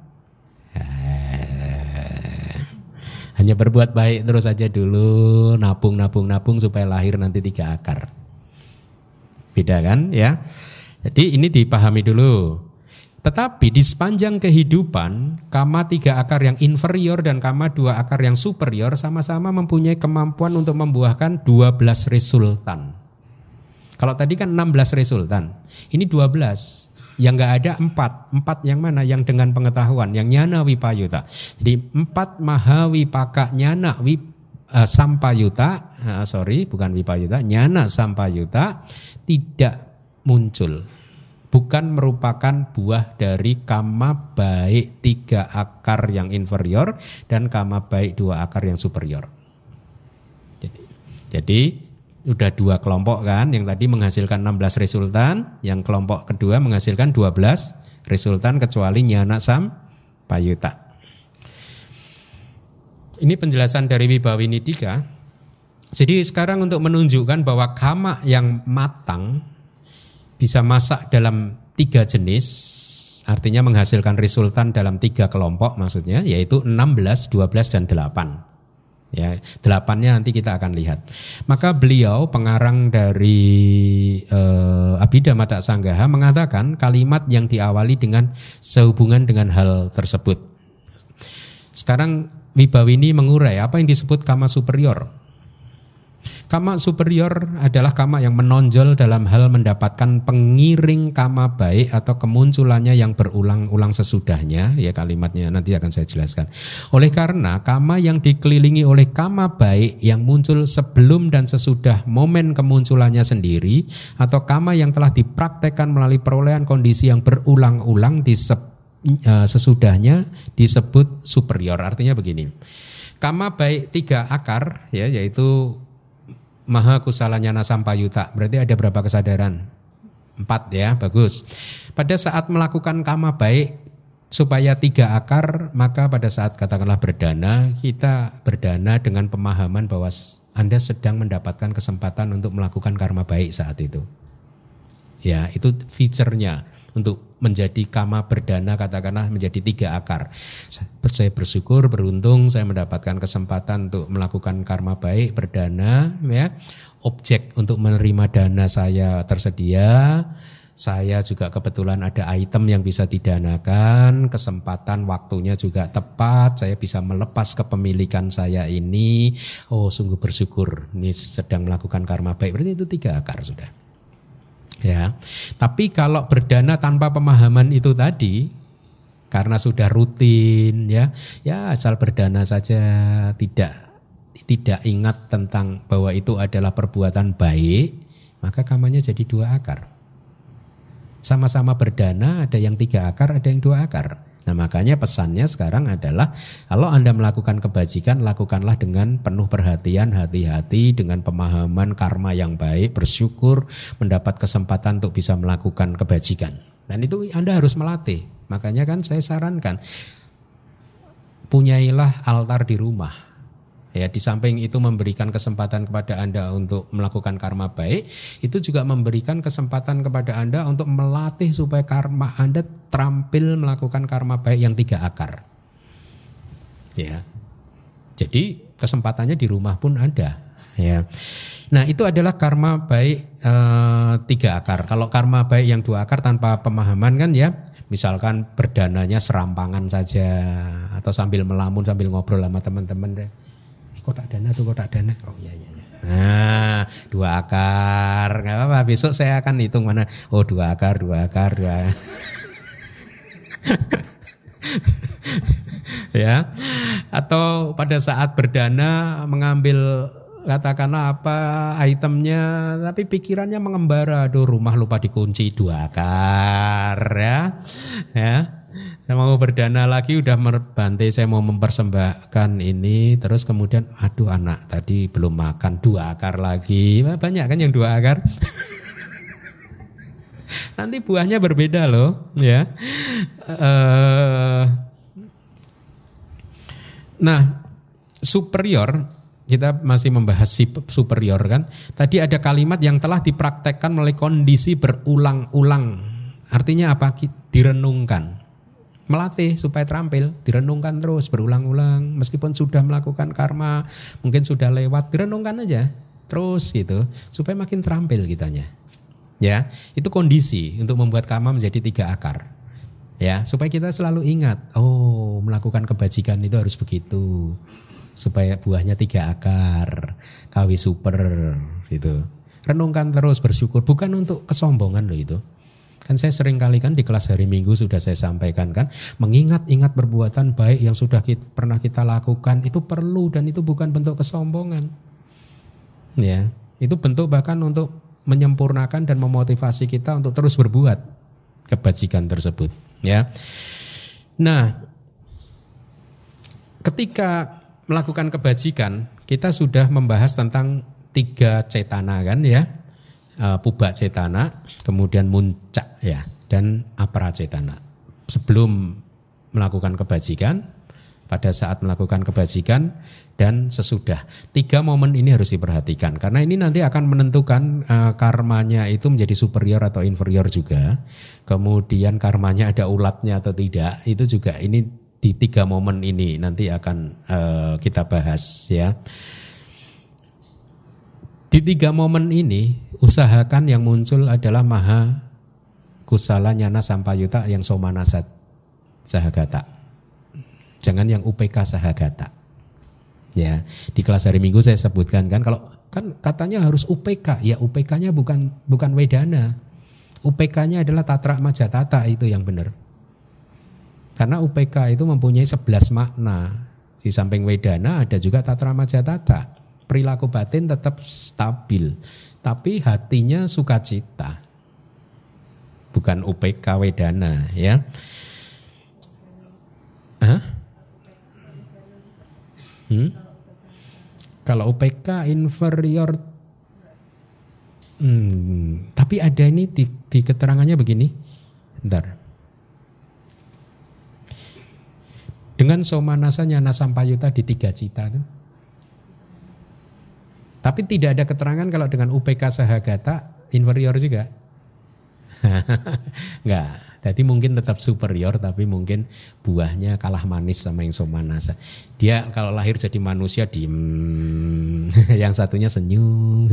eh, hanya berbuat baik terus saja dulu, nabung nabung nabung supaya lahir nanti tiga akar. Beda kan ya? Jadi ini dipahami dulu. Tetapi di sepanjang kehidupan, kama tiga akar yang inferior dan kama dua akar yang superior sama-sama mempunyai kemampuan untuk membuahkan dua belas resultan. Kalau tadi kan enam belas resultan, ini dua belas. Yang enggak ada empat. Empat yang mana? Yang dengan pengetahuan, yang nyana wipayuta. Jadi empat maha wipaka nyana wip, uh, sampayuta, uh, sorry bukan wipayuta, nyana sampayuta tidak muncul. Bukan merupakan buah dari kama baik tiga akar yang inferior dan kama baik dua akar yang superior. Jadi, jadi udah dua kelompok kan, yang tadi menghasilkan enam belas resultan, yang kelompok kedua menghasilkan dua belas resultan kecuali nyana sampayuta. Ini penjelasan dari Wibhawinidika. Jadi sekarang untuk menunjukkan bahwa kama yang matang bisa masak dalam tiga jenis, artinya menghasilkan resultan dalam tiga kelompok maksudnya, yaitu enam belas, dua belas, dan delapan. Ya, delapannya nanti kita akan lihat. Maka beliau pengarang dari eh, Abhidhamma Sanggaha mengatakan kalimat yang diawali dengan sehubungan dengan hal tersebut. Sekarang Wibhawini mengurai apa yang disebut kama superior. Kama superior adalah kama yang menonjol dalam hal mendapatkan pengiring kama baik atau kemunculannya yang berulang-ulang sesudahnya. Ya, kalimatnya nanti akan saya jelaskan. Oleh karena kama yang dikelilingi oleh kama baik yang muncul sebelum dan sesudah momen kemunculannya sendiri, atau kama yang telah dipraktekkan melalui perolehan kondisi yang berulang-ulang di sesudahnya disebut superior. Artinya begini, kama baik tiga akar ya, yaitu maha kusala nyana sampayuta, berarti ada berapa kesadaran? Empat ya, bagus. Pada saat melakukan kama baik supaya tiga akar, maka pada saat katakanlah berdana, kita berdana dengan pemahaman bahwa Anda sedang mendapatkan kesempatan untuk melakukan karma baik saat itu. Ya, itu feature-nya untuk menjadi kama berdana, katakanlah menjadi tiga akar. Saya bersyukur, beruntung saya mendapatkan kesempatan untuk melakukan karma baik berdana, ya. Objek untuk menerima dana saya tersedia. Saya juga kebetulan ada item yang bisa didanakan, kesempatan waktunya juga tepat, saya bisa melepas kepemilikan saya ini. Oh, sungguh bersyukur, ini sedang melakukan karma baik. Berarti itu tiga akar sudah. Ya, tapi kalau berdana tanpa pemahaman itu tadi, karena sudah rutin, ya, ya asal berdana saja, tidak tidak ingat tentang bahwa itu adalah perbuatan baik, maka kamanya jadi dua akar. Sama-sama berdana, ada yang tiga akar, ada yang dua akar. Nah, makanya pesannya sekarang adalah kalau Anda melakukan kebajikan, lakukanlah dengan penuh perhatian, hati-hati, dengan pemahaman karma yang baik, bersyukur mendapat kesempatan untuk bisa melakukan kebajikan. Dan itu Anda harus melatih. Makanya kan saya sarankan, punyailah altar di rumah. Ya, di samping itu memberikan kesempatan kepada Anda untuk melakukan karma baik, itu juga memberikan kesempatan kepada Anda untuk melatih supaya karma Anda terampil melakukan karma baik yang tiga akar. Ya. Jadi kesempatannya di rumah pun ada, ya. Nah, itu adalah karma baik e, tiga akar. Kalau karma baik yang dua akar tanpa pemahaman kan ya, misalkan berdananya serampangan saja atau sambil melamun sambil ngobrol sama teman-teman deh. Kotak dana tuh kotak dana. Oh iya iya. Nah, dua akar, nggak apa-apa. Besok saya akan hitung mana. Oh dua akar, dua akar, dua. Ya. Atau pada saat berdana mengambil katakanlah apa itemnya, tapi pikirannya mengembara. Aduh, rumah lupa dikunci, dua akar, ya. Ya. Saya mau berdana lagi udah berbantai, saya mau mempersembahkan ini, terus kemudian aduh anak tadi belum makan, dua akar lagi. Banyak kan yang dua akar. Nanti buahnya berbeda loh, ya. Uh, nah, superior, kita masih membahas superior kan. Tadi ada kalimat yang telah dipraktekkan melalui kondisi berulang-ulang. Artinya apa? Direnungkan. Melatih supaya terampil, direnungkan terus berulang-ulang, meskipun sudah melakukan karma, mungkin sudah lewat, direnungkan aja terus gitu, supaya makin terampil kitanya. Ya, itu kondisi untuk membuat karma menjadi tiga akar. Ya, supaya kita selalu ingat, oh melakukan kebajikan itu harus begitu, supaya buahnya tiga akar, kawi super gitu. Renungkan terus, bersyukur, bukan untuk kesombongan loh itu. Kan saya sering kali kan di kelas hari Minggu sudah saya sampaikan kan, mengingat-ingat perbuatan baik yang sudah kita, pernah kita lakukan itu perlu, dan itu bukan bentuk kesombongan. Ya, itu bentuk bahkan untuk menyempurnakan dan memotivasi kita untuk terus berbuat kebajikan tersebut, ya. Nah, ketika melakukan kebajikan, kita sudah membahas tentang tiga cetana kan ya. Uh, pubak cetana, kemudian muncak ya, dan apara cetana. Sebelum melakukan kebajikan, pada saat melakukan kebajikan, dan sesudah. Tiga momen ini harus diperhatikan karena ini nanti akan menentukan uh, karmanya itu menjadi superior atau inferior juga. Kemudian karmanya ada ulatnya atau tidak, itu juga ini di tiga momen ini nanti akan uh, kita bahas ya. Di tiga momen ini usahakan yang muncul adalah maha kusala nyana sampayuta yang somanasa sahagata. Jangan yang U P K sahagata. Ya, di kelas hari Minggu saya sebutkan kan kalau kan katanya harus U P K, ya U P K-nya bukan bukan wedana. U P K-nya adalah tatra majatata, itu yang benar. Karena U P K itu mempunyai sebelas makna. Di samping wedana ada juga tatra majatata. Perilaku batin tetap stabil, tapi hatinya sukacita, bukan U P K wedana ya. Hah? Hmm? Kalau U P K inferior, hmm, tapi ada ini di, di keterangannya begini, bentar. Dengan somanasa nyana sampayuta di tiga cita tuh. Tapi tidak ada keterangan kalau dengan U P K sahagata inferior juga. Enggak, jadi mungkin tetap superior tapi mungkin buahnya kalah manis sama yang somanasa. Dia kalau lahir jadi manusia diem, yang satunya senyum.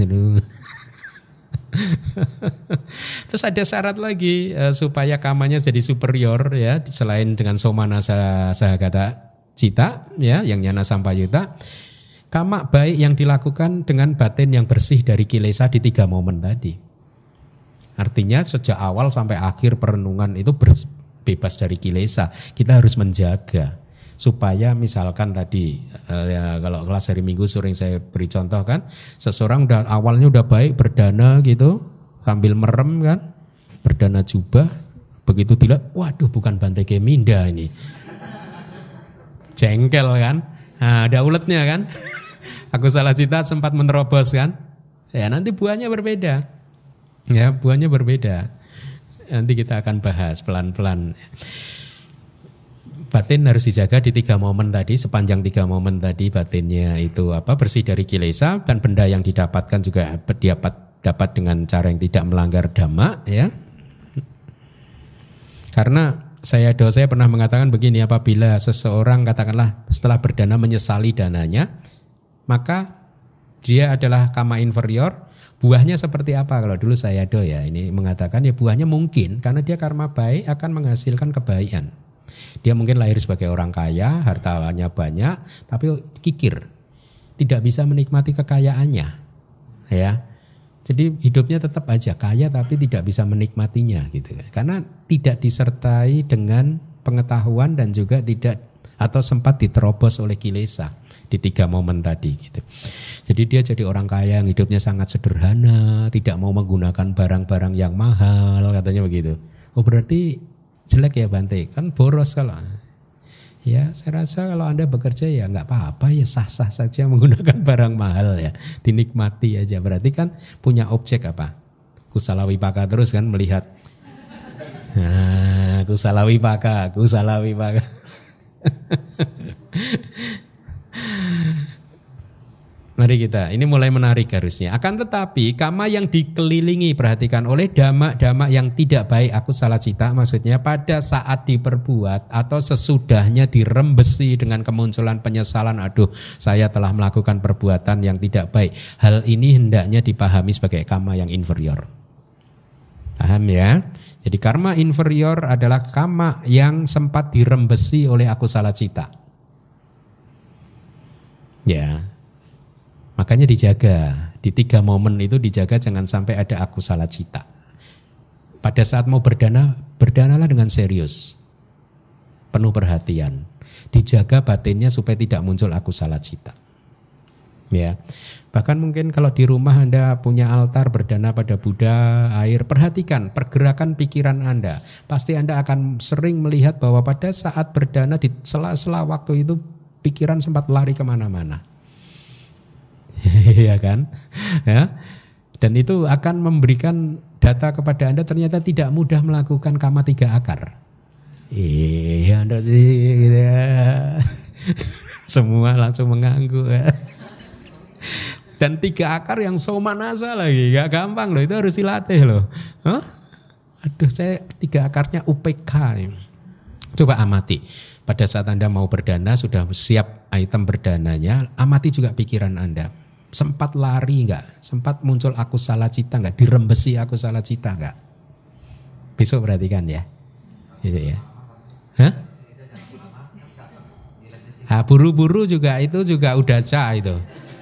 Terus ada syarat lagi eh, supaya kamanya jadi superior ya, selain dengan somanasa sahagata cita ya, yang nyana sampayuta. Kama baik yang dilakukan dengan batin yang bersih dari kilesa di tiga momen tadi. Artinya sejak awal sampai akhir perenungan itu bebas dari kilesa. Kita harus menjaga supaya misalkan tadi eh, ya, kalau kelas hari Minggu sering saya beri contoh kan, seseorang udah awalnya udah baik berdana gitu sambil merem kan, berdana jubah, begitu dilihat, waduh bukan Bante Keminda ini, jengkel kan. Nah, ada uletnya kan. Aku salah cita sempat menerobos kan. Ya nanti buahnya berbeda. Ya buahnya berbeda. Nanti kita akan bahas pelan-pelan. batin harus dijaga di tiga momen tadi, sepanjang tiga momen tadi batinnya itu apa bersih dari kilesa, dan benda yang didapatkan juga dapat dapat dengan cara yang tidak melanggar dhamma, ya. Karena saya do saya pernah mengatakan begini, apabila seseorang katakanlah setelah berdana menyesali dananya, maka dia adalah kama inferior. Buahnya seperti apa? Kalau dulu saya do ya ini mengatakan ya buahnya mungkin karena dia karma baik akan menghasilkan kebaikan. Dia mungkin lahir sebagai orang kaya, hartanya banyak, tapi kikir, tidak bisa menikmati kekayaannya, ya. Jadi hidupnya tetap aja kaya, tapi tidak bisa menikmatinya, gitu. Karena tidak disertai dengan pengetahuan dan juga tidak atau sempat diterobos oleh kilesa di tiga momen tadi, gitu. Jadi dia jadi orang kaya yang hidupnya sangat sederhana, tidak mau menggunakan barang-barang yang mahal, katanya begitu. Oh berarti jelek ya Bante, kan boros kalau. Ya saya rasa kalau Anda bekerja ya nggak apa-apa, ya sah-sah saja menggunakan barang mahal ya, dinikmati aja. Berarti kan punya objek apa? Kusala wipaka terus kan melihat. Nah, kusala wipaka, kusala wipaka. Mari kita, ini mulai menarik harusnya. Akan tetapi kama yang dikelilingi, perhatikan, oleh dhamma-dhamma yang tidak baik, aku salah cita, maksudnya pada saat diperbuat atau sesudahnya dirembesi dengan kemunculan penyesalan, aduh saya telah melakukan perbuatan yang tidak baik. Hal ini hendaknya dipahami sebagai kama yang inferior. Paham ya? Jadi karma inferior adalah kama yang sempat dirembesi oleh aku salah cita. Ya. Makanya dijaga, di tiga momen itu dijaga jangan sampai ada aku salah cita. Pada saat mau berdana, berdanalah dengan serius, penuh perhatian. Dijaga batinnya supaya tidak muncul aku salah cita. Ya, bahkan mungkin kalau di rumah Anda punya altar berdana pada Buddha, air, perhatikan pergerakan pikiran Anda. Pasti Anda akan sering melihat bahwa pada saat berdana di sela-sela waktu itu pikiran sempat lari kemana-mana. Ya kan, ya, dan itu akan memberikan data kepada Anda ternyata tidak mudah melakukan kama tiga akar. Iya Anda sih, ya. Semua langsung mengganggu. Ya. Dan tiga akar yang somanasa lagi, gak gampang loh, itu harus dilatih loh. Huh? Aduh, saya tiga akarnya U P K. Coba amati. Pada saat Anda mau berdana, sudah siap item berdananya, amati juga pikiran Anda. Sempat lari enggak? Sempat muncul aku salah cita enggak? Dirembesi aku salah cita enggak? Besok perhatikan ya. Gitu ya. Hah? Ha, buru-buru juga itu juga udah cah itu.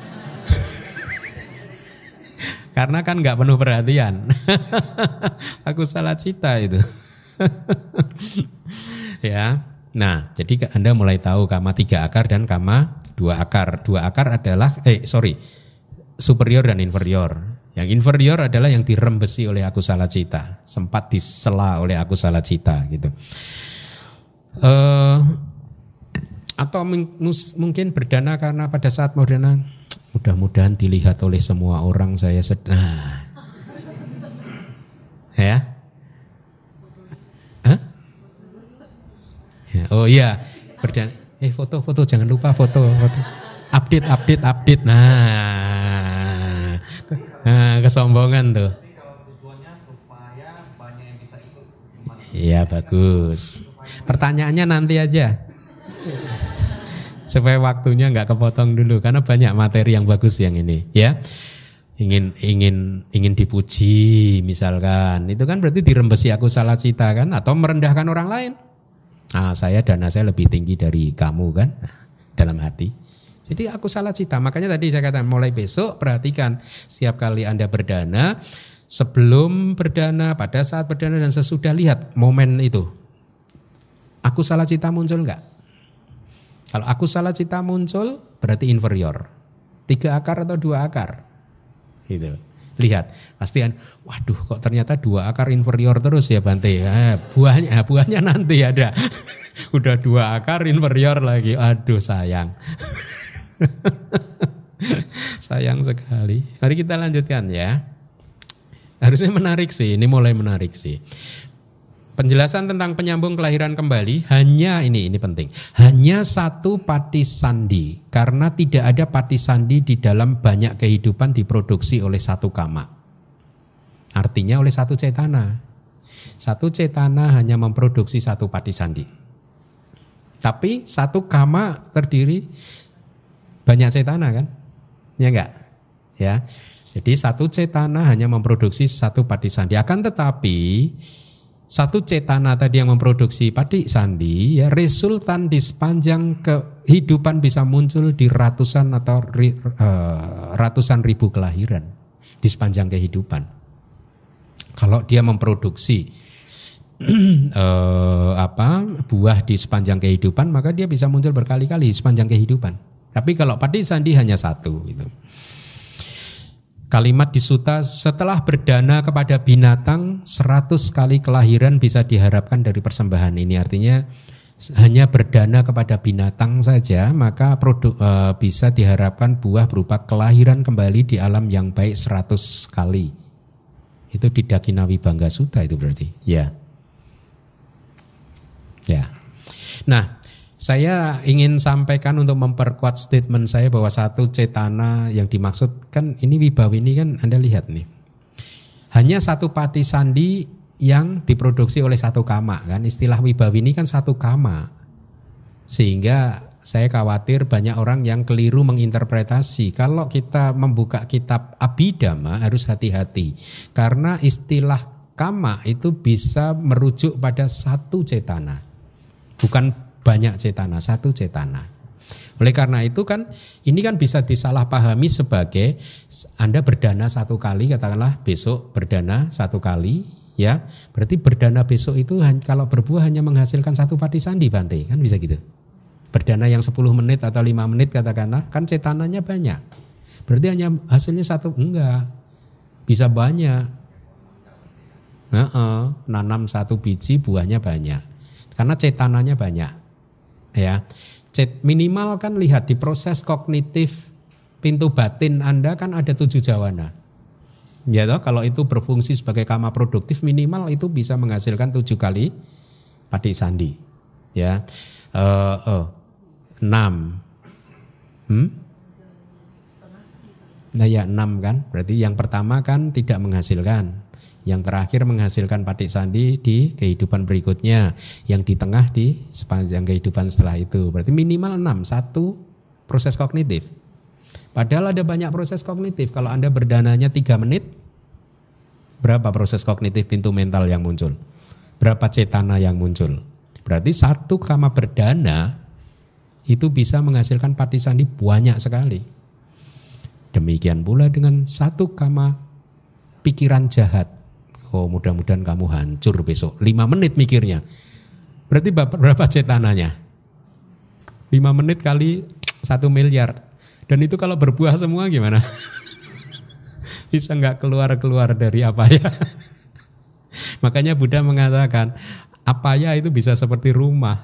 Karena kan enggak penuh perhatian. Aku salah cita itu. Ya. Nah, jadi Anda mulai tahu kama tiga akar dan kama dua akar. Dua akar adalah, eh sorry, superior dan inferior. Yang inferior adalah yang dirembesi oleh aku salah cita, sempat disela oleh aku salah cita, gitu. Uh, atau mungkin berdana karena pada saat mau berdana, mudah-mudahan dilihat oleh semua orang saya sedang. Ya. Hah? Ya, oh iya, berdana. Eh foto-foto jangan lupa foto, foto. Update, update, update. Nah, nah kesombongan tuh. Iya bagus. Pertanyaannya nanti aja. Supaya waktunya nggak kepotong dulu, karena banyak materi yang bagus yang ini, ya. Ingin ingin ingin dipuji misalkan, itu kan berarti dirembesi aku salah cita kan, atau merendahkan orang lain. Ah, saya dana saya lebih tinggi dari kamu kan, dalam hati. Jadi aku salah cita. Makanya tadi saya katakan mulai besok perhatikan setiap kali Anda berdana, sebelum berdana, pada saat berdana dan sesudah, lihat momen itu. Aku salah cita muncul enggak? Kalau aku salah cita muncul berarti inferior. Tiga akar atau dua akar? Gitu. Lihat, pastian, waduh kok ternyata dua akar inferior terus ya Bante. Eh, buahnya, buahnya nanti ada. Udah dua akar inferior lagi. Aduh sayang. Sayang sekali. Mari kita lanjutkan ya. Harusnya menarik sih, ini mulai menarik sih. penjelasan tentang penyambung kelahiran kembali hanya ini ini penting. Hanya satu pati sandi karena tidak ada pati sandi di dalam banyak kehidupan diproduksi oleh satu kama. Artinya oleh satu cetana. Satu cetana hanya memproduksi satu pati sandi. Tapi satu kama terdiri banyak cetana kan? Ya enggak? Ya. Jadi satu cetana hanya memproduksi satu pati sandi. Akan tetapi satu cetana tadi yang memproduksi pati sandi ya resultan di sepanjang kehidupan bisa muncul di ratusan atau ri, uh, ratusan ribu kelahiran di sepanjang kehidupan. Kalau dia memproduksi uh, apa buah di sepanjang kehidupan maka dia bisa muncul berkali-kali di sepanjang kehidupan. Tapi kalau pati sandi hanya satu gitu. Kalimat di Sutta, setelah berdana kepada binatang, seratus kali kelahiran bisa diharapkan dari persembahan ini. Artinya hanya berdana kepada binatang saja, maka produk, e, bisa diharapkan buah berupa kelahiran kembali di alam yang baik seratus kali. Itu di Dakinawibangga Sutta itu berarti. Ya. Ya. Nah, saya ingin sampaikan untuk memperkuat statement saya bahwa satu cetana yang dimaksud kan ini Wibawi ini kan Anda lihat nih. Hanya satu pati sandi yang diproduksi oleh satu kama kan. Istilah Wibawi ini kan satu kama. Sehingga saya khawatir banyak orang yang keliru menginterpretasi. Kalau kita membuka kitab Abhidhamma harus hati-hati. Karena istilah kama itu bisa merujuk pada satu cetana. Bukan banyak cetana, satu cetana. Oleh karena itu kan ini kan bisa disalahpahami sebagai Anda berdana satu kali, katakanlah besok berdana satu kali, ya berarti berdana besok itu kalau berbuah hanya menghasilkan satu pati sandi Bante, kan bisa gitu. Berdana yang sepuluh menit atau lima menit katakanlah, kan cetananya banyak. Berarti hanya hasilnya satu, enggak, bisa banyak. Nah, nanam satu biji buahnya banyak, karena cetananya banyak. Ya, minimal kan lihat di proses kognitif pintu batin Anda kan ada tujuh jawana. Ya toh, kalau itu berfungsi sebagai kama produktif minimal itu bisa menghasilkan tujuh kali pati sandi. Ya, uh, uh, enam. Hmm? Nah ya enam kan, berarti yang pertama kan tidak menghasilkan. Yang terakhir menghasilkan pati sandi di kehidupan berikutnya. Yang di tengah di sepanjang kehidupan setelah itu. Berarti minimal enam, satu proses kognitif. Padahal ada banyak proses kognitif. Kalau Anda berdananya tiga menit, berapa proses kognitif pintu mental yang muncul? Berapa cetana yang muncul? Berarti satu kama berdana itu bisa menghasilkan pati sandi banyak sekali. Demikian pula dengan satu kama pikiran jahat. Oh mudah-mudahan kamu hancur besok. Lima menit mikirnya. Berarti berapa cetananya? Lima menit kali satu miliar. Dan itu kalau berbuah semua gimana? Bisa gak keluar-keluar dari apa ya? Makanya Buddha mengatakan apaya itu bisa seperti rumah.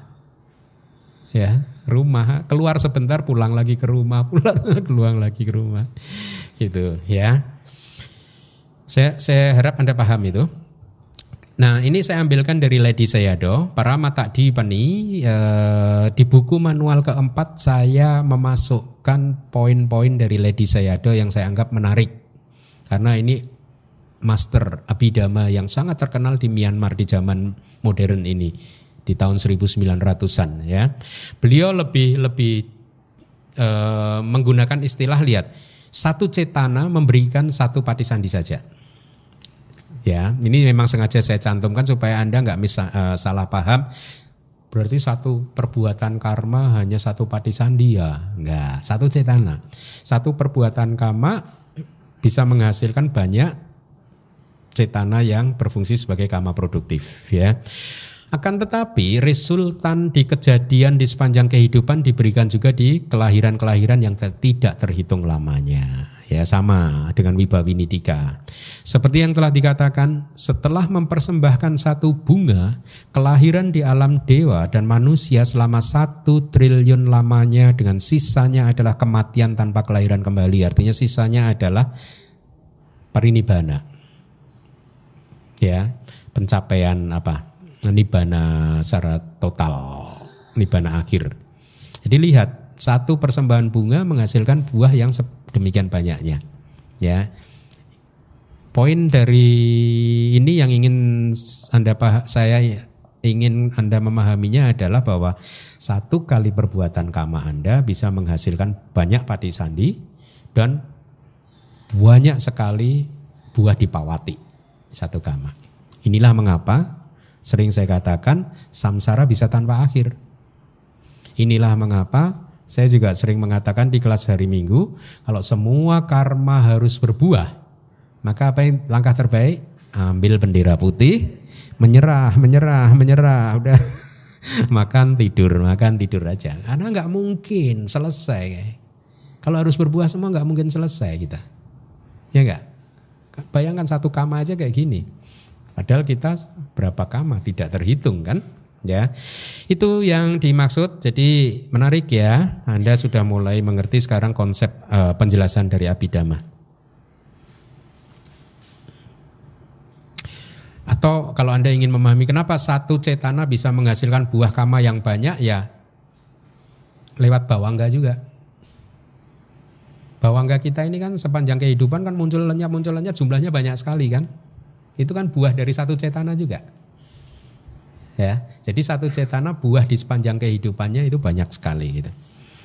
Ya, rumah keluar sebentar pulang lagi ke rumah, pulang keluar lagi ke rumah. Itu ya. Saya, saya harap Anda paham itu. Nah ini saya ambilkan dari Ledi Sayadaw. Para mata dipani eh, di buku manual keempat saya memasukkan poin-poin dari Ledi Sayadaw yang saya anggap menarik. Karena ini master Abhidhamma yang sangat terkenal di Myanmar di zaman modern ini. Di tahun seribu sembilan ratusan ya. Beliau lebih lebih eh, menggunakan istilah lihat. Satu cetana memberikan satu pati sandi saja. Ya, ini memang sengaja saya cantumkan supaya Anda nggak misa, uh, salah paham. Berarti satu perbuatan karma hanya satu pati sandi ya? Enggak, satu cetana. Satu perbuatan karma bisa menghasilkan banyak cetana yang berfungsi sebagai karma produktif. Ya. Akan tetapi resultan di kejadian di sepanjang kehidupan diberikan juga di kelahiran-kelahiran yang tidak terhitung lamanya. Ya sama dengan Wibawinidika. Seperti yang telah dikatakan, setelah mempersembahkan satu bunga, kelahiran di alam dewa dan manusia selama satu triliun lamanya dengan sisanya adalah kematian tanpa kelahiran kembali. Artinya sisanya adalah parinibbana. Ya, pencapaian apa? nibbana secara total, nibbana akhir. Jadi lihat, satu persembahan bunga menghasilkan buah yang demikian banyaknya. Ya. Poin dari ini yang ingin Anda saya ingin Anda memahaminya adalah bahwa satu kali perbuatan kama Anda bisa menghasilkan banyak pati sandi dan banyak sekali buah dipawati satu kama. Inilah mengapa sering saya katakan samsara bisa tanpa akhir. Inilah mengapa saya juga sering mengatakan di kelas hari Minggu, kalau semua karma harus berbuah, maka apa yang langkah terbaik? Ambil bendera putih, menyerah, menyerah, menyerah, udah makan tidur, makan tidur aja. Karena nggak mungkin selesai. Kalau harus berbuah semua nggak mungkin selesai kita, ya nggak? Bayangkan satu kama aja kayak gini. Padahal kita berapa kama tidak terhitung kan? Ya, itu yang dimaksud. Jadi menarik ya. Anda sudah mulai mengerti sekarang konsep uh, penjelasan dari Abhidhamma. Atau kalau Anda ingin memahami kenapa satu cetana bisa menghasilkan buah kama yang banyak, ya lewat bawangga juga. Bawangga kita ini kan sepanjang kehidupan kan muncul lenyap, muncul lenyap, jumlahnya banyak sekali kan. Itu kan buah dari satu cetana juga. Ya, jadi satu cetana buah di sepanjang kehidupannya itu banyak sekali gitu.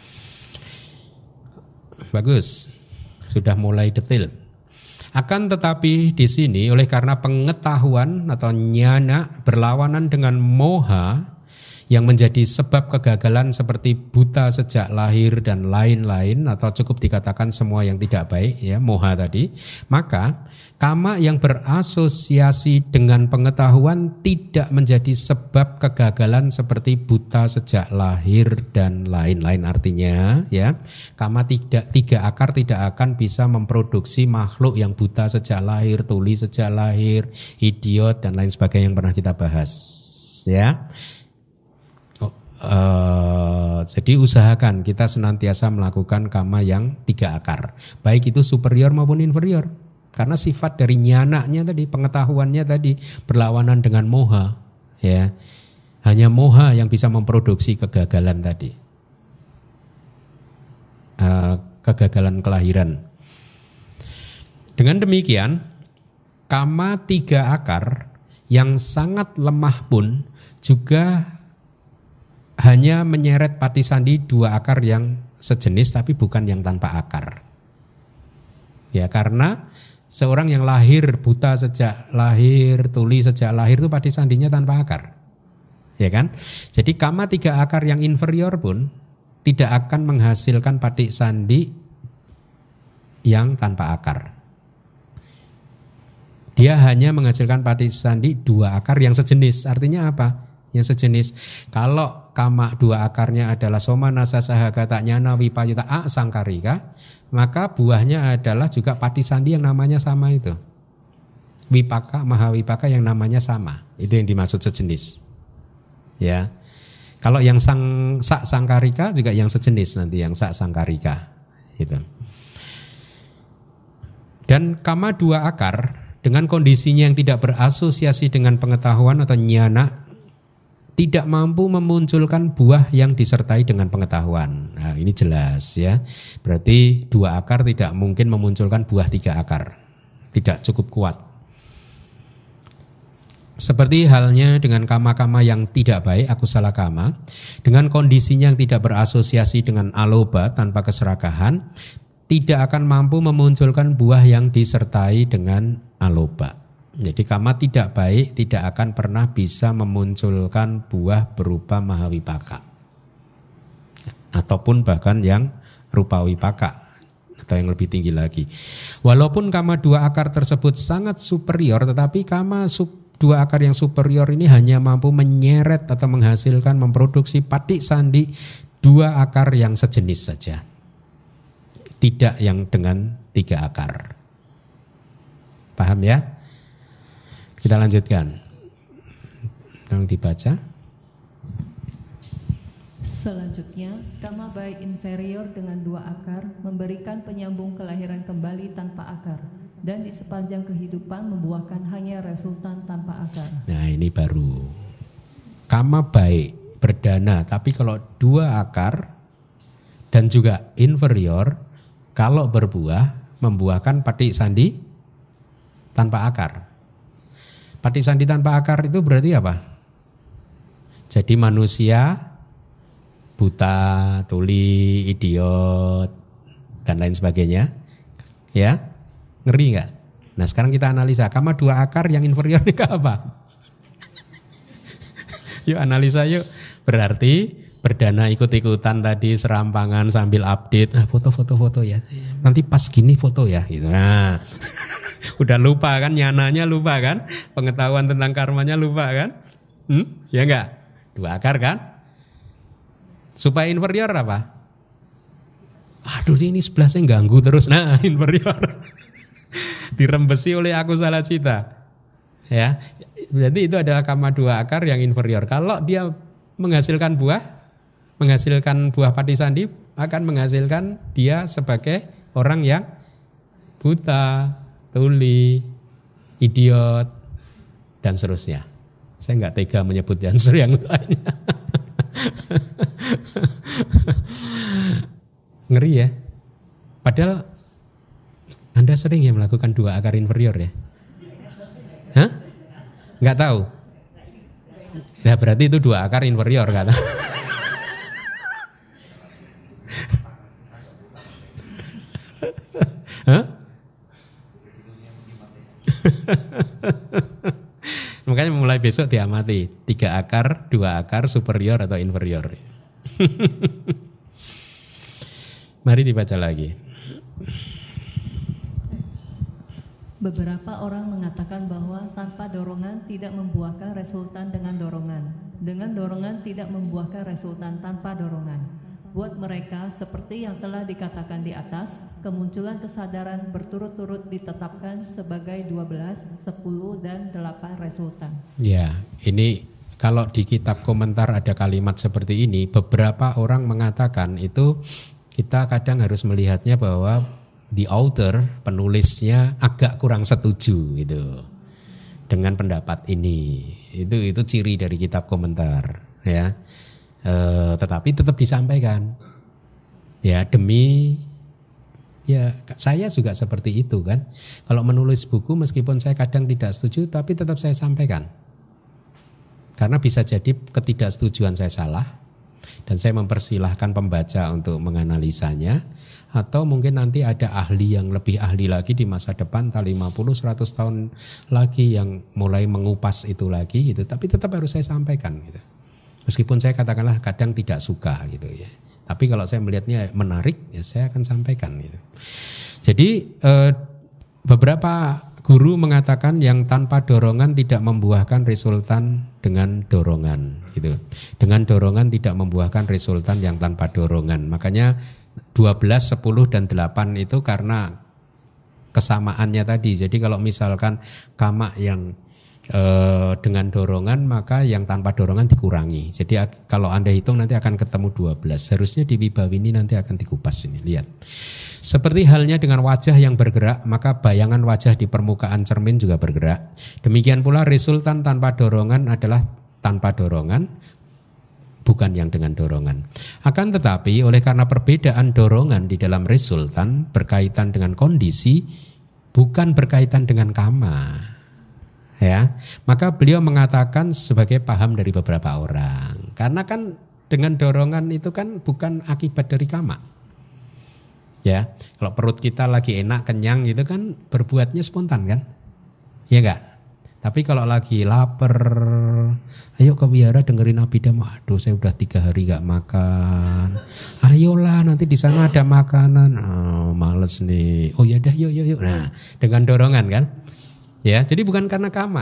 Bagus, sudah mulai detail. Akan tetapi di sini oleh karena pengetahuan atau nyana berlawanan dengan moha yang menjadi sebab kegagalan seperti buta sejak lahir dan lain-lain atau cukup dikatakan semua yang tidak baik ya, moha tadi, maka kama yang berasosiasi dengan pengetahuan tidak menjadi sebab kegagalan seperti buta sejak lahir dan lain-lain. Artinya ya, kama tidak tiga akar tidak akan bisa memproduksi makhluk yang buta sejak lahir, tuli sejak lahir, idiot dan lain sebagainya yang pernah kita bahas ya. Uh, jadi usahakan kita senantiasa melakukan kama yang tiga akar, baik itu superior maupun inferior, karena sifat dari nyananya tadi, pengetahuannya tadi berlawanan dengan moha ya. Hanya moha yang bisa memproduksi kegagalan tadi, uh, kegagalan kelahiran. Dengan demikian kama tiga akar yang sangat lemah pun juga hanya menyeret pati sandi dua akar yang sejenis tapi bukan yang tanpa akar. Ya, karena seorang yang lahir buta sejak lahir, tuli sejak lahir itu pati sandinya tanpa akar. Ya kan? Jadi kama tiga akar yang inferior pun tidak akan menghasilkan pati sandi yang tanpa akar. Dia hanya menghasilkan pati sandi dua akar yang sejenis. Artinya apa? Yang sejenis. Kalau kama dua akarnya adalah soma nasa sahagata nyana wipayuta a sangkarika, maka buahnya adalah juga pati sandi yang namanya sama itu. Wipaka, mahawipaka yang namanya sama. Itu yang dimaksud sejenis. Ya. Kalau yang sang sak sangkarika juga yang sejenis nanti, yang sak sangkarika gitu. Dan kama dua akar dengan kondisinya yang tidak berasosiasi dengan pengetahuan atau nyana tidak mampu memunculkan buah yang disertai dengan pengetahuan. Nah, ini jelas ya. Berarti dua akar tidak mungkin memunculkan buah tiga akar. Tidak cukup kuat. Seperti halnya dengan kama-kama yang tidak baik, akusala kama, dengan kondisinya yang tidak berasosiasi dengan aloba tanpa keserakahan, tidak akan mampu memunculkan buah yang disertai dengan aloba. Jadi kama tidak baik tidak akan pernah bisa memunculkan buah berupa mahawipaka ataupun bahkan yang rupa wipaka atau yang lebih tinggi lagi. Walaupun kama dua akar tersebut sangat superior, tetapi kama sub, dua akar yang superior ini hanya mampu menyeret atau menghasilkan memproduksi patik sandi dua akar yang sejenis saja, tidak yang dengan tiga akar. Paham ya? Kita lanjutkan. Tolong dibaca. Selanjutnya, kama baik inferior dengan dua akar memberikan penyambung kelahiran kembali tanpa akar dan di sepanjang kehidupan membuahkan hanya resultan tanpa akar. Nah, ini baru kama baik, berdana, tapi kalau dua akar dan juga inferior, kalau berbuah membuahkan patik sandi tanpa akar. Patik sandi tanpa akar itu berarti apa? Jadi manusia buta, tuli, idiot dan lain sebagainya. Ya, ngeri nggak? Nah sekarang kita analisa, kama dua akar yang inferior ini ke apa? Yuk analisa yuk. Berarti berdana ikut-ikutan tadi serampangan sambil update. Nah, foto-foto-foto ya. Nanti pas gini foto ya. Gitu. Nah, udah lupa kan, nyananya lupa kan, pengetahuan tentang karmanya lupa kan? Hmm? Ya enggak? Dua akar kan? Supaya inferior apa? Aduh ini sebelah saya ganggu terus. Nah inferior. Dirembesi oleh aku salah cita. Ya, berarti itu adalah kama dua akar yang inferior. Kalau dia menghasilkan buah, menghasilkan buah pati sandi, akan menghasilkan dia sebagai orang yang buta, tuli, idiot, dan seterusnya. Saya nggak tega menyebut unsur yang lainnya. Ngeri ya. Padahal Anda sering ya melakukan dua akar inferior ya. Hah? Nggak tahu? Ya berarti itu dua akar inferior kata. Hah? Makanya mulai besok diamati tiga akar, dua akar, superior atau inferior. Mari dibaca lagi. Beberapa orang mengatakan bahwa tanpa dorongan tidak membuahkan resultan dengan dorongan. Dengan dorongan tidak membuahkan resultan tanpa dorongan. Buat mereka seperti yang telah dikatakan di atas, kemunculan kesadaran berturut-turut ditetapkan sebagai dua belas, sepuluh, dan delapan resultan. Ya, ini kalau di kitab komentar ada kalimat seperti ini, beberapa orang mengatakan itu kita kadang harus melihatnya bahwa the author, penulisnya agak kurang setuju gitu dengan pendapat ini. Itu itu ciri dari kitab komentar ya. E, tetapi tetap disampaikan. Ya demi ya saya juga seperti itu kan. Kalau menulis buku meskipun saya kadang tidak setuju tapi tetap saya sampaikan. Karena bisa jadi ketidaksetujuan saya salah dan saya mempersilahkan pembaca untuk menganalisanya. Atau mungkin nanti ada ahli yang lebih ahli lagi di masa depan, entah lima puluh, seratus tahun lagi yang mulai mengupas itu lagi gitu. Tapi tetap harus saya sampaikan gitu. Meskipun saya katakanlah kadang tidak suka gitu ya. Tapi kalau saya melihatnya menarik ya saya akan sampaikan gitu. Jadi eh, beberapa guru mengatakan yang tanpa dorongan tidak membuahkan resultan dengan dorongan gitu. Dengan dorongan tidak membuahkan resultan yang tanpa dorongan. Makanya dua belas, sepuluh, dan delapan itu karena kesamaannya tadi. Jadi kalau misalkan kama yang e, dengan dorongan maka yang tanpa dorongan dikurangi. Jadi kalau Anda hitung nanti akan ketemu dua belas. Harusnya di Wibawini nanti akan dikupas ini. Lihat. Seperti halnya dengan wajah yang bergerak, maka bayangan wajah di permukaan cermin juga bergerak. Demikian pula resultan tanpa dorongan adalah tanpa dorongan, bukan yang dengan dorongan. Akan tetapi oleh karena perbedaan dorongan di dalam resultan berkaitan dengan kondisi, bukan berkaitan dengan kama. Ya, maka beliau mengatakan sebagai paham dari beberapa orang. Karena kan dengan dorongan itu kan bukan akibat dari kama. Ya, kalau perut kita lagi enak, kenyang gitu kan berbuatnya spontan kan? Ya enggak? Tapi kalau lagi lapar, ayo ke wihara dengerin abidam. Aduh, saya udah tiga hari gak makan. Ayolah, nanti di sana ada makanan. Oh, males nih. Oh ya dah, yuk yuk yuk. Nah, dengan dorongan kan? Ya, jadi bukan karena kama.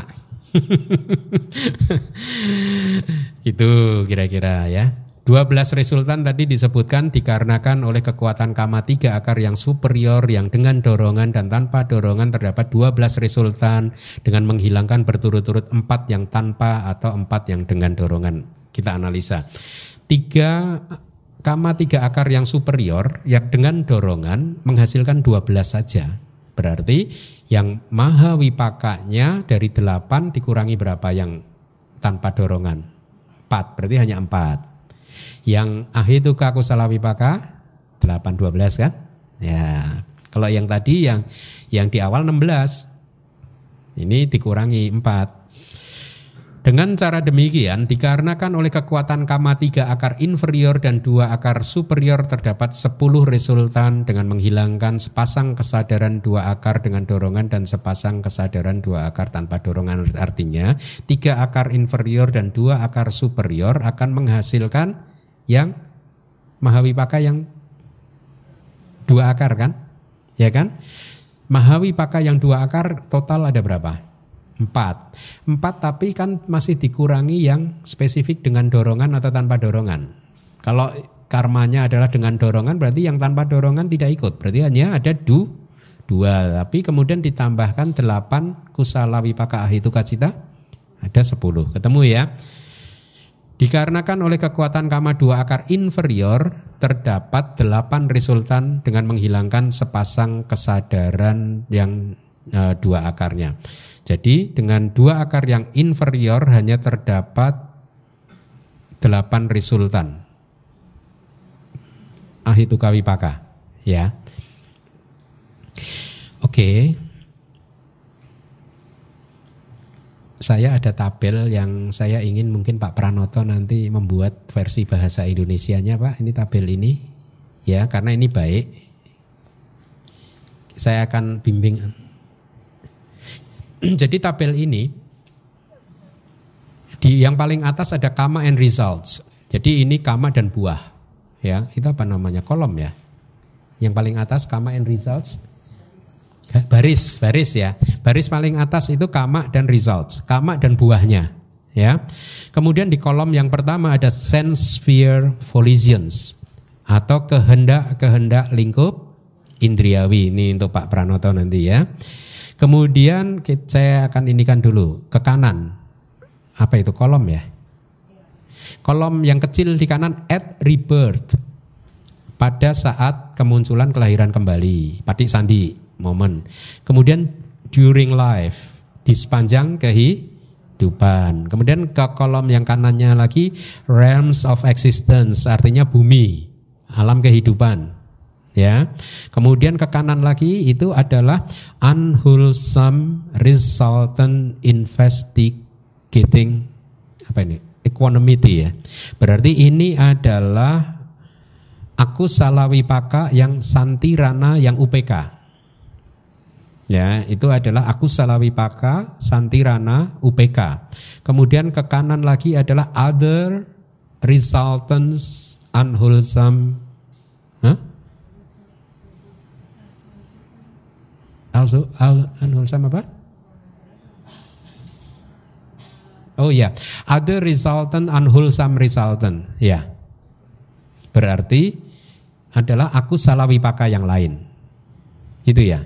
Itu kira-kira ya. dua belas resultan tadi disebutkan dikarenakan oleh kekuatan kama tiga akar yang superior yang dengan dorongan dan tanpa dorongan terdapat dua belas resultan dengan menghilangkan berturut-turut empat yang tanpa atau empat yang dengan dorongan. Kita analisa. Tiga kama tiga akar yang superior yang dengan dorongan menghasilkan dua belas saja. Berarti yang maha wipakanya dari delapan dikurangi berapa yang tanpa dorongan? empat, berarti hanya empat. Yang ahituka kusala wipaka delapan, dua belas kan? Ya. Kalau yang tadi yang yang di awal enam belas. Ini dikurangi empat. Dengan cara demikian dikarenakan oleh kekuatan kama tiga akar inferior dan dua akar superior terdapat sepuluh resultan dengan menghilangkan sepasang kesadaran dua akar dengan dorongan dan sepasang kesadaran dua akar tanpa dorongan. Artinya tiga akar inferior dan dua akar superior akan menghasilkan yang mahawipaka yang dua akar kan? Ya kan? Mahawipaka yang dua akar total ada berapa? Empat. Empat tapi kan masih dikurangi yang spesifik dengan dorongan atau tanpa dorongan. Kalau karmanya adalah dengan dorongan berarti yang tanpa dorongan tidak ikut. Berarti hanya ada du, dua. Tapi kemudian ditambahkan delapan kusala wipaka ahituka cita. Ada sepuluh. Ketemu ya. Dikarenakan oleh kekuatan kama dua akar inferior terdapat delapan resultan dengan menghilangkan sepasang kesadaran yang e, dua akarnya. Jadi dengan dua akar yang inferior hanya terdapat delapan resultan ahituka wipaka, ya. Oke. Saya ada tabel yang saya ingin mungkin Pak Pranoto nanti membuat versi bahasa Indonesianya, Pak. Ini tabel ini, ya, karena ini baik. Saya akan bimbing. Jadi tabel ini di yang paling atas ada kama and results. Jadi ini kama dan buah, ya. Itu apa namanya? Kolom ya. Yang paling atas kama and results. Baris, baris ya. Baris paling atas itu kama dan results, kama dan buahnya, ya. Kemudian di kolom yang pertama ada sense sphere volitions atau kehendak-kehendak lingkup indriawi. Ini untuk Pak Pranoto nanti ya. Kemudian saya akan inikan dulu ke kanan. Apa itu kolom ya? Kolom yang kecil di kanan at rebirth. Pada saat kemunculan kelahiran kembali. Patik sandi, momen. Kemudian during life. Di sepanjang kehidupan. Kemudian ke kolom yang kanannya lagi realms of existence. Artinya bumi. Alam kehidupan. Ya, kemudian ke kanan lagi itu adalah unwholesome resultant investigating apa ini equanimity ya. Berarti ini adalah akusala wipaka yang santirana yang U P K. Ya, itu adalah akusala wipaka santirana U P K. Kemudian ke kanan lagi adalah other resultants unwholesome. Huh? Also, al, unwholesome apa? Oh ya, yeah. Other resultant, unwholesome resultant. Ya, yeah. Berarti adalah aku salah wipaka yang lain. Itu ya.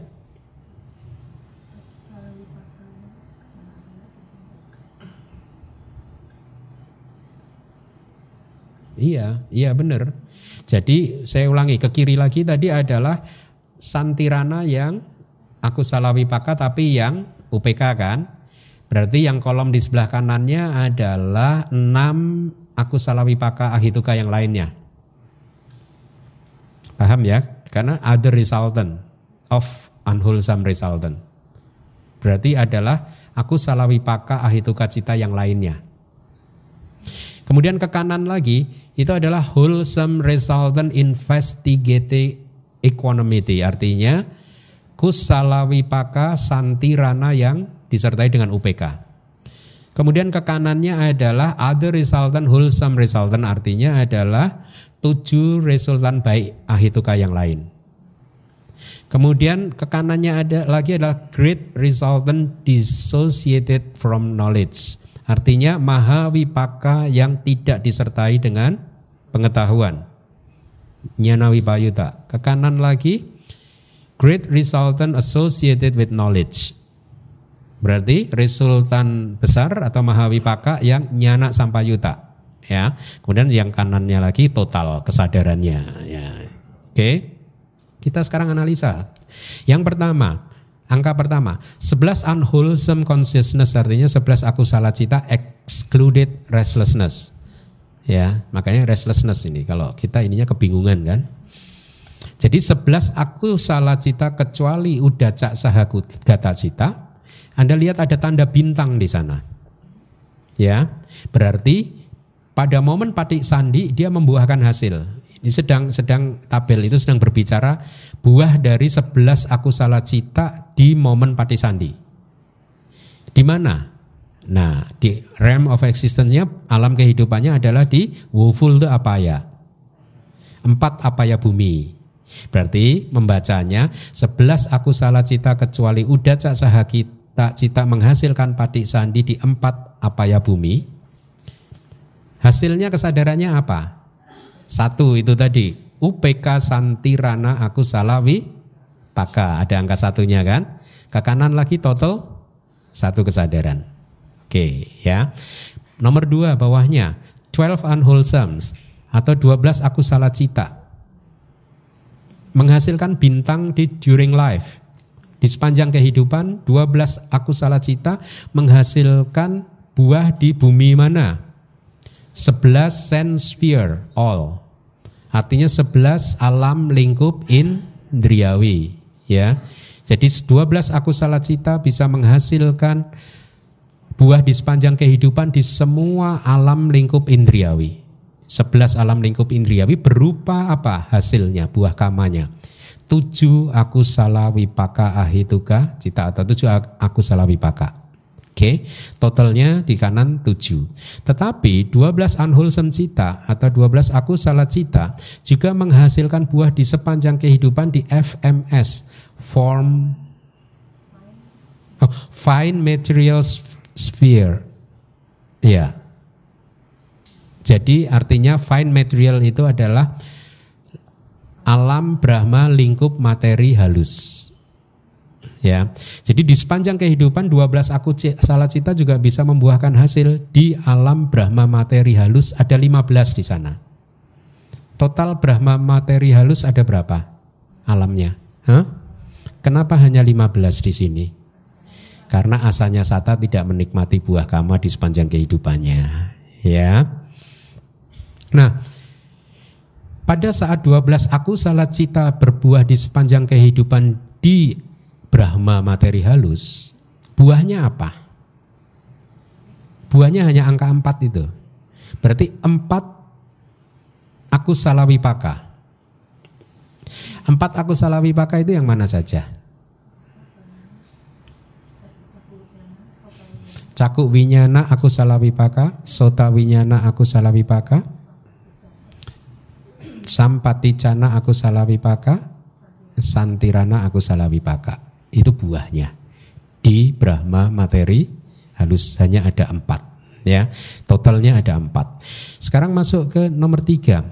Iya, iya benar. Jadi saya ulangi, ke kiri lagi tadi adalah santirana yang aku salah wipaka tapi yang U P K kan. Berarti yang kolom di sebelah kanannya adalah enam aku salah wipaka ahituka yang lainnya. Paham ya? Karena other resultant of unwholesome resultant. Berarti adalah aku salah wipaka ahituka cita yang lainnya. Kemudian ke kanan lagi itu adalah wholesome resultant investigating equanimity. Artinya kusala wipaka santirana yang disertai dengan U P K. Kemudian ke kanannya adalah other resultant wholesome resultant, artinya adalah tujuh resultan baik ahituka yang lain. Kemudian ke kanannya ada lagi adalah great resultant dissociated from knowledge, artinya maha wipaka yang tidak disertai dengan pengetahuan. Jnana wipayuta. Ke kanan lagi great resultant associated with knowledge. Berarti resultan besar atau mahawipaka yang jnana sampayuta. Ya. Kemudian yang kanannya lagi total kesadarannya. Ya. Oke. Kita sekarang analisa. Yang pertama, angka pertama, sebelas unwholesome consciousness, artinya sebelas akusala cita excluded restlessness. Ya, makanya restlessness ini. Kalau kita ininya kebingungan kan. Jadi sebelas akusala cita kecuali udaca saha gata cita. Anda lihat ada tanda bintang di sana. Ya, berarti pada momen patik sandi dia membuahkan hasil. Ini sedang sedang tabel itu sedang berbicara buah dari sebelas akusala cita di momen patik sandi. Di mana? Nah, di realm of existence-nya, alam kehidupannya adalah di wuful apaya. Empat apaya bumi. Berarti membacanya sebelas akusala cita kecuali udaca saha kita cita menghasilkan patik sandi di empat apaya bumi. Hasilnya kesadarannya apa? Satu itu tadi, U P K santirana akusala wipaka. Ada angka satunya kan? Ke kanan lagi total satu kesadaran. Oke, ya. Nomor dua bawahnya twelve unwholesomes atau dua belas akusala cita menghasilkan bintang di during life. Di sepanjang kehidupan dua belas akusala cita menghasilkan buah di bumi mana? sebelas sense sphere all. Artinya sebelas alam lingkup indriawi, ya. Jadi dua belas akusala cita bisa menghasilkan buah di sepanjang kehidupan di semua alam lingkup indriawi. sebelas alam lingkup indriawi berupa apa hasilnya, buah kamanya? tujuh akusala wipaka ahituka cita atau tujuh akusala wipaka. Oke, totalnya di kanan tujuh. Tetapi dua belas unwholesome cita atau dua belas akusala cita juga menghasilkan buah di sepanjang kehidupan di F M S, form oh, fine material sphere. Ya. Jadi artinya fine material itu adalah alam Brahma lingkup materi halus. Ya. Jadi di sepanjang kehidupan dua belas akusala cita juga bisa membuahkan hasil di alam Brahma materi halus, ada lima belas di sana. Total Brahma materi halus ada berapa alamnya? Hah? Kenapa hanya lima belas di sini? Karena asanya sata tidak menikmati buah kama di sepanjang kehidupannya, ya. Nah, pada saat dua belas akusala cita berbuah di sepanjang kehidupan di Brahma materi halus, buahnya apa? Buahnya hanya angka empat itu. Berarti empat akusala wipaka. Empat akusala wipaka itu yang mana saja? Caku winyana akusala wipaka, sota winyana akusala wipaka, sampati cana akusala wipaka, santirana akusala wipaka. Itu buahnya di Brahma materi halus hanya ada empat, ya. Totalnya ada empat. Sekarang masuk ke nomor tiga.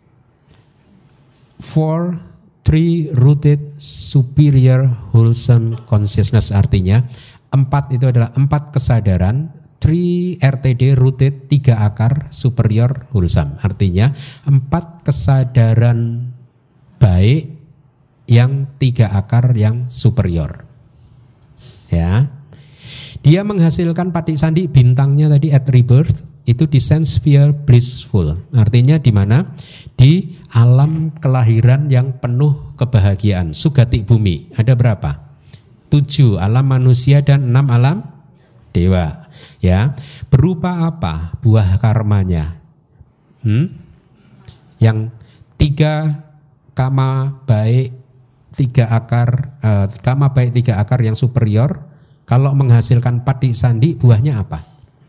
Four three rooted superior wholesome consciousness, artinya empat itu adalah empat kesadaran. Three R T D rooted, tiga akar superior wholesome, artinya empat kesadaran baik yang tiga akar yang superior, ya. Dia menghasilkan patik sandi bintangnya tadi at rebirth itu di sense sphere blissful, artinya di mana? Di alam kelahiran yang penuh kebahagiaan, sugati bumi. Ada berapa? Tujuh alam manusia dan enam alam dewa, ya. Berupa apa buah karmanya? Hmm? Yang tiga kama baik, tiga akar eh, kama baik tiga akar yang superior, kalau menghasilkan patik sandi buahnya apa?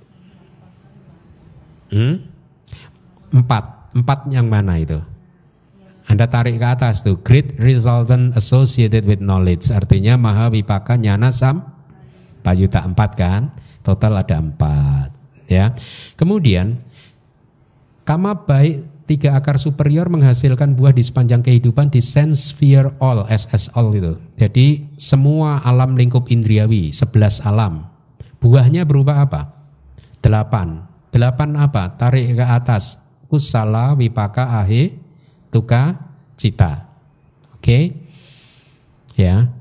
Hmm? Empat, empat yang mana itu? Anda tarik ke atas tuh, great resultant associated with knowledge, artinya maha wipaka nyana sam payuta, empat kan? Total ada empat, ya. Kemudian kama baik tiga akar superior menghasilkan buah di sepanjang kehidupan di sense sphere all, S S all itu. Jadi semua alam lingkup indriawi, sebelas alam. Buahnya berupa apa? Delapan. Delapan apa? Tarik ke atas. Kusala, wipaka, ahe, tuka, cita. Oke? Okay? Ya.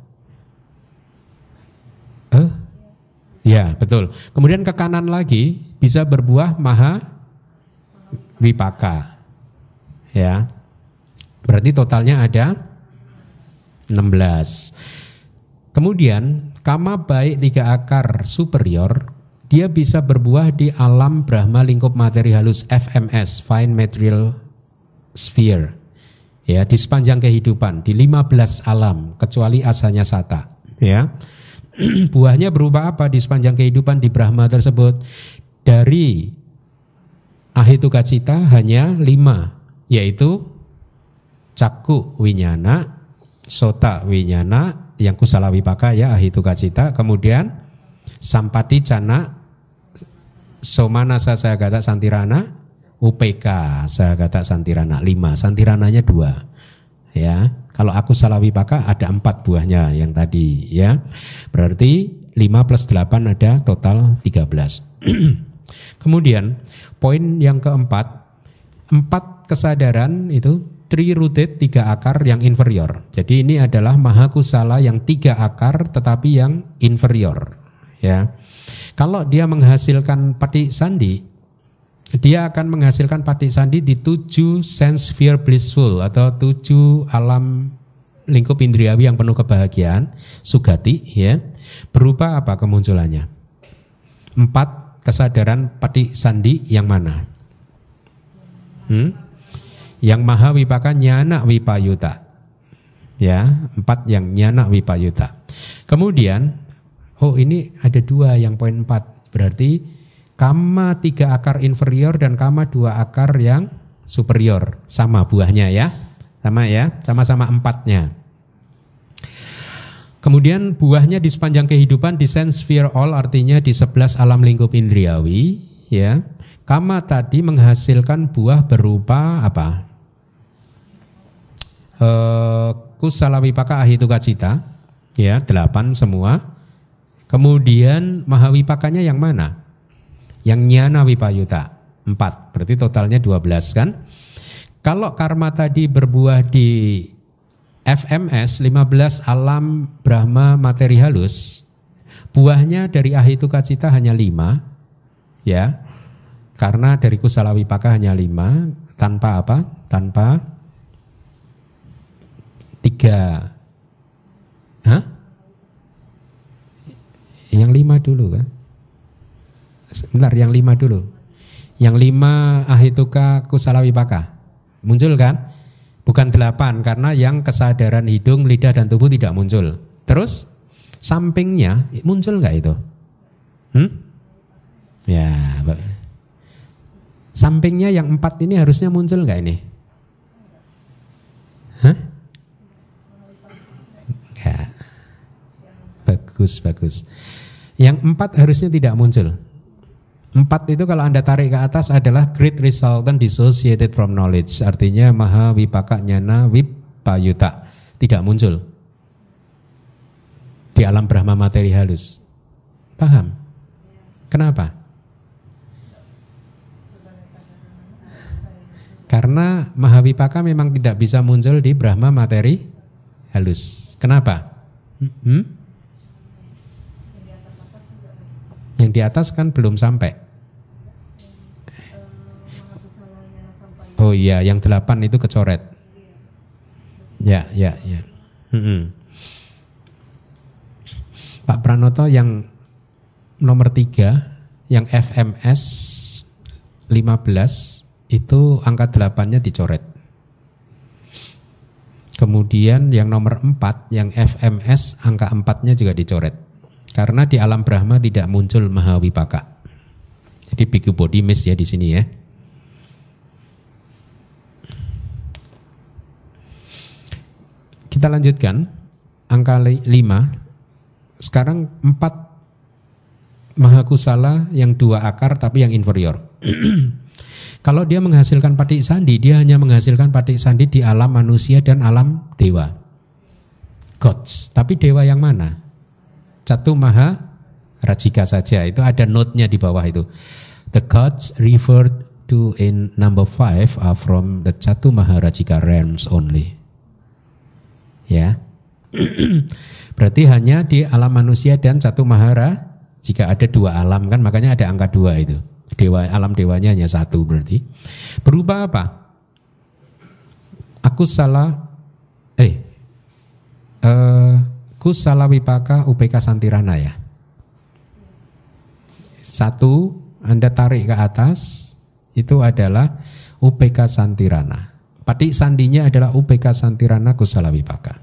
Eh? Ya, betul. Kemudian ke kanan lagi bisa berbuah maha wipaka. Ya. Berarti totalnya ada enam belas. Kemudian kama baik tiga akar superior, dia bisa berbuah di alam Brahma lingkup materi halus F M S, Fine Material Sphere. Ya, di sepanjang kehidupan di lima belas alam kecuali asanya sata. Ya. Buahnya berupa apa di sepanjang kehidupan di Brahma tersebut? Dari ahituka cita hanya lima, yaitu cakku winyana, sota winyana, yang kusala wipaka ya ahituka cita, kemudian sampati cana, somanasa sagata santirana, U P K sagata santirana, lima, santirananya dua. Ya, kalau aku salah wipaka ada empat buahnya yang tadi ya. Berarti lima plus delapan ada total tiga belas. Kemudian poin yang keempat, empat kesadaran itu three rooted, tiga akar yang inferior. Jadi ini adalah mahakusala yang tiga akar tetapi yang inferior. Ya, kalau dia menghasilkan pati sandi, dia akan menghasilkan pati sandi di tujuh sense sphere blissful atau tujuh alam lingkup indriawi yang penuh kebahagiaan, sugati ya. Berupa apa kemunculannya? Empat kesadaran pati sandi yang mana? Hmm? Yang maha wipaka nyana wipayuta. Ya, empat yang nyana wipayuta. Kemudian, oh ini ada dua yang poin empat. Berarti kama tiga akar inferior dan kama dua akar yang superior. Sama buahnya ya. Sama ya, sama-sama empatnya. Kemudian buahnya di sepanjang kehidupan di sense sphere all, artinya di sebelas alam lingkup indriawi ya. Kama tadi menghasilkan buah berupa apa? E, kusala wipaka ahituka cita ya, delapan semua. Kemudian mahawipakanya yang mana? Yang nyana wipayuta, empat, berarti totalnya dua belas kan. Kalau karma tadi berbuah di F M S, lima belas alam Brahma materi halus, buahnya dari ahituka cita hanya lima ya. Karena dari kusala wipaka hanya lima, tanpa apa? Tanpa tiga. Hah? Yang lima dulu kan? Sebentar, yang lima dulu. Yang lima ahituka kusala wipaka. Muncul kan? Bukan delapan, karena yang kesadaran hidung, lidah, dan tubuh tidak muncul. Terus sampingnya muncul nggak itu? Hmm? Ya, sampingnya yang empat ini harusnya muncul nggak ini? Hah? Ya. Bagus, bagus. Yang empat harusnya tidak muncul. Empat itu kalau Anda tarik ke atas adalah great resultant dissociated from knowledge. Artinya maha wipaka nyana wipayuta. Tidak muncul di alam Brahma materi halus. Paham? Kenapa? Karena maha wipaka memang tidak bisa muncul di Brahma materi halus. Kenapa? Hmm? Yang di atas kan belum sampai. Oh iya, yang delapan itu kecoret. Ya, ya, ya. Hmm. Pak Pranoto yang nomor tiga, yang F M S lima belas, itu angka delapannya dicoret. Kemudian yang nomor empat, yang F M S angka empatnya juga dicoret. Karena di alam Brahma tidak muncul mahawipaka. Jadi big body miss ya di sini ya. Kita lanjutkan angka lima. Sekarang empat mahakusala yang dua akar tapi yang inferior. Kalau dia menghasilkan patik sandi, dia hanya menghasilkan patik sandi di alam manusia dan alam dewa. Gods, tapi dewa yang mana? Catu Maha Rajika saja, itu ada note-nya di bawah itu. The gods referred to in number five are from the Catu Maha Rajika realms only. Ya, berarti hanya di alam manusia dan Catu Mahara. Jika ada dua alam kan, makanya ada angka dua itu. Dewa, alam dewanya hanya satu berarti. Berupa apa? Aku salah eh eh kusala wipaka upeka santirana ya. Satu, Anda tarik ke atas, itu adalah upeka santirana. Patik sandinya adalah upeka santirana kusala wipaka.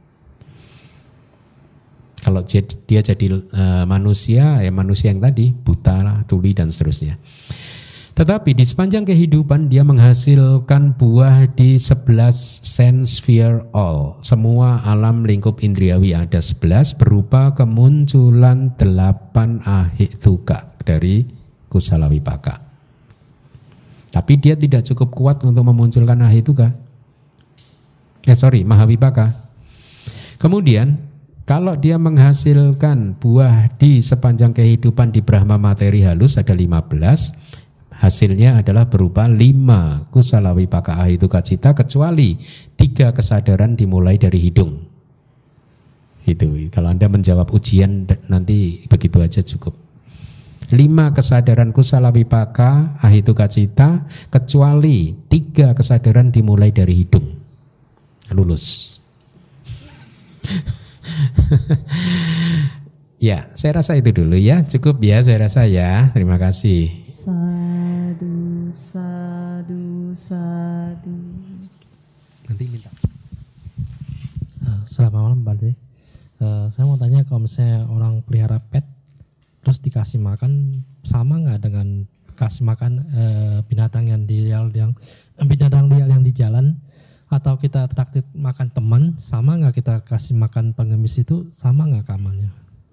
Kalau dia jadi uh, manusia, ya manusia yang tadi, buta, tuli dan seterusnya. Tetapi di sepanjang kehidupan dia menghasilkan buah di sebelas sense sphere all. Semua alam lingkup indriawi ada sebelas berupa kemunculan delapan ahituka dari kusala wipaka. Tapi dia tidak cukup kuat untuk memunculkan ahituka. Eh sorry, mahawipaka. Kemudian kalau dia menghasilkan buah di sepanjang kehidupan di Brahma materi halus ada lima belas, hasilnya adalah berupa lima kusala wipaka ahituka cita kecuali tiga kesadaran dimulai dari hidung. Itu kalau Anda menjawab ujian nanti begitu aja cukup. Lima kesadaran kusala wipaka ahituka cita kecuali tiga kesadaran dimulai dari hidung. Lulus. Ya, saya rasa itu dulu ya, cukup ya saya rasa ya. Terima kasih. Sadu, sadu, sadu. Nanti minta. Selamat malam Bante. Uh, saya mau tanya kalau misalnya orang pelihara pet terus dikasih makan sama nggak dengan kasih makan uh, binatang yang di yang binatang liar yang di jalan? Atau kita traktir makan teman, sama nggak kita kasih makan pengemis itu, sama nggak kamarnya?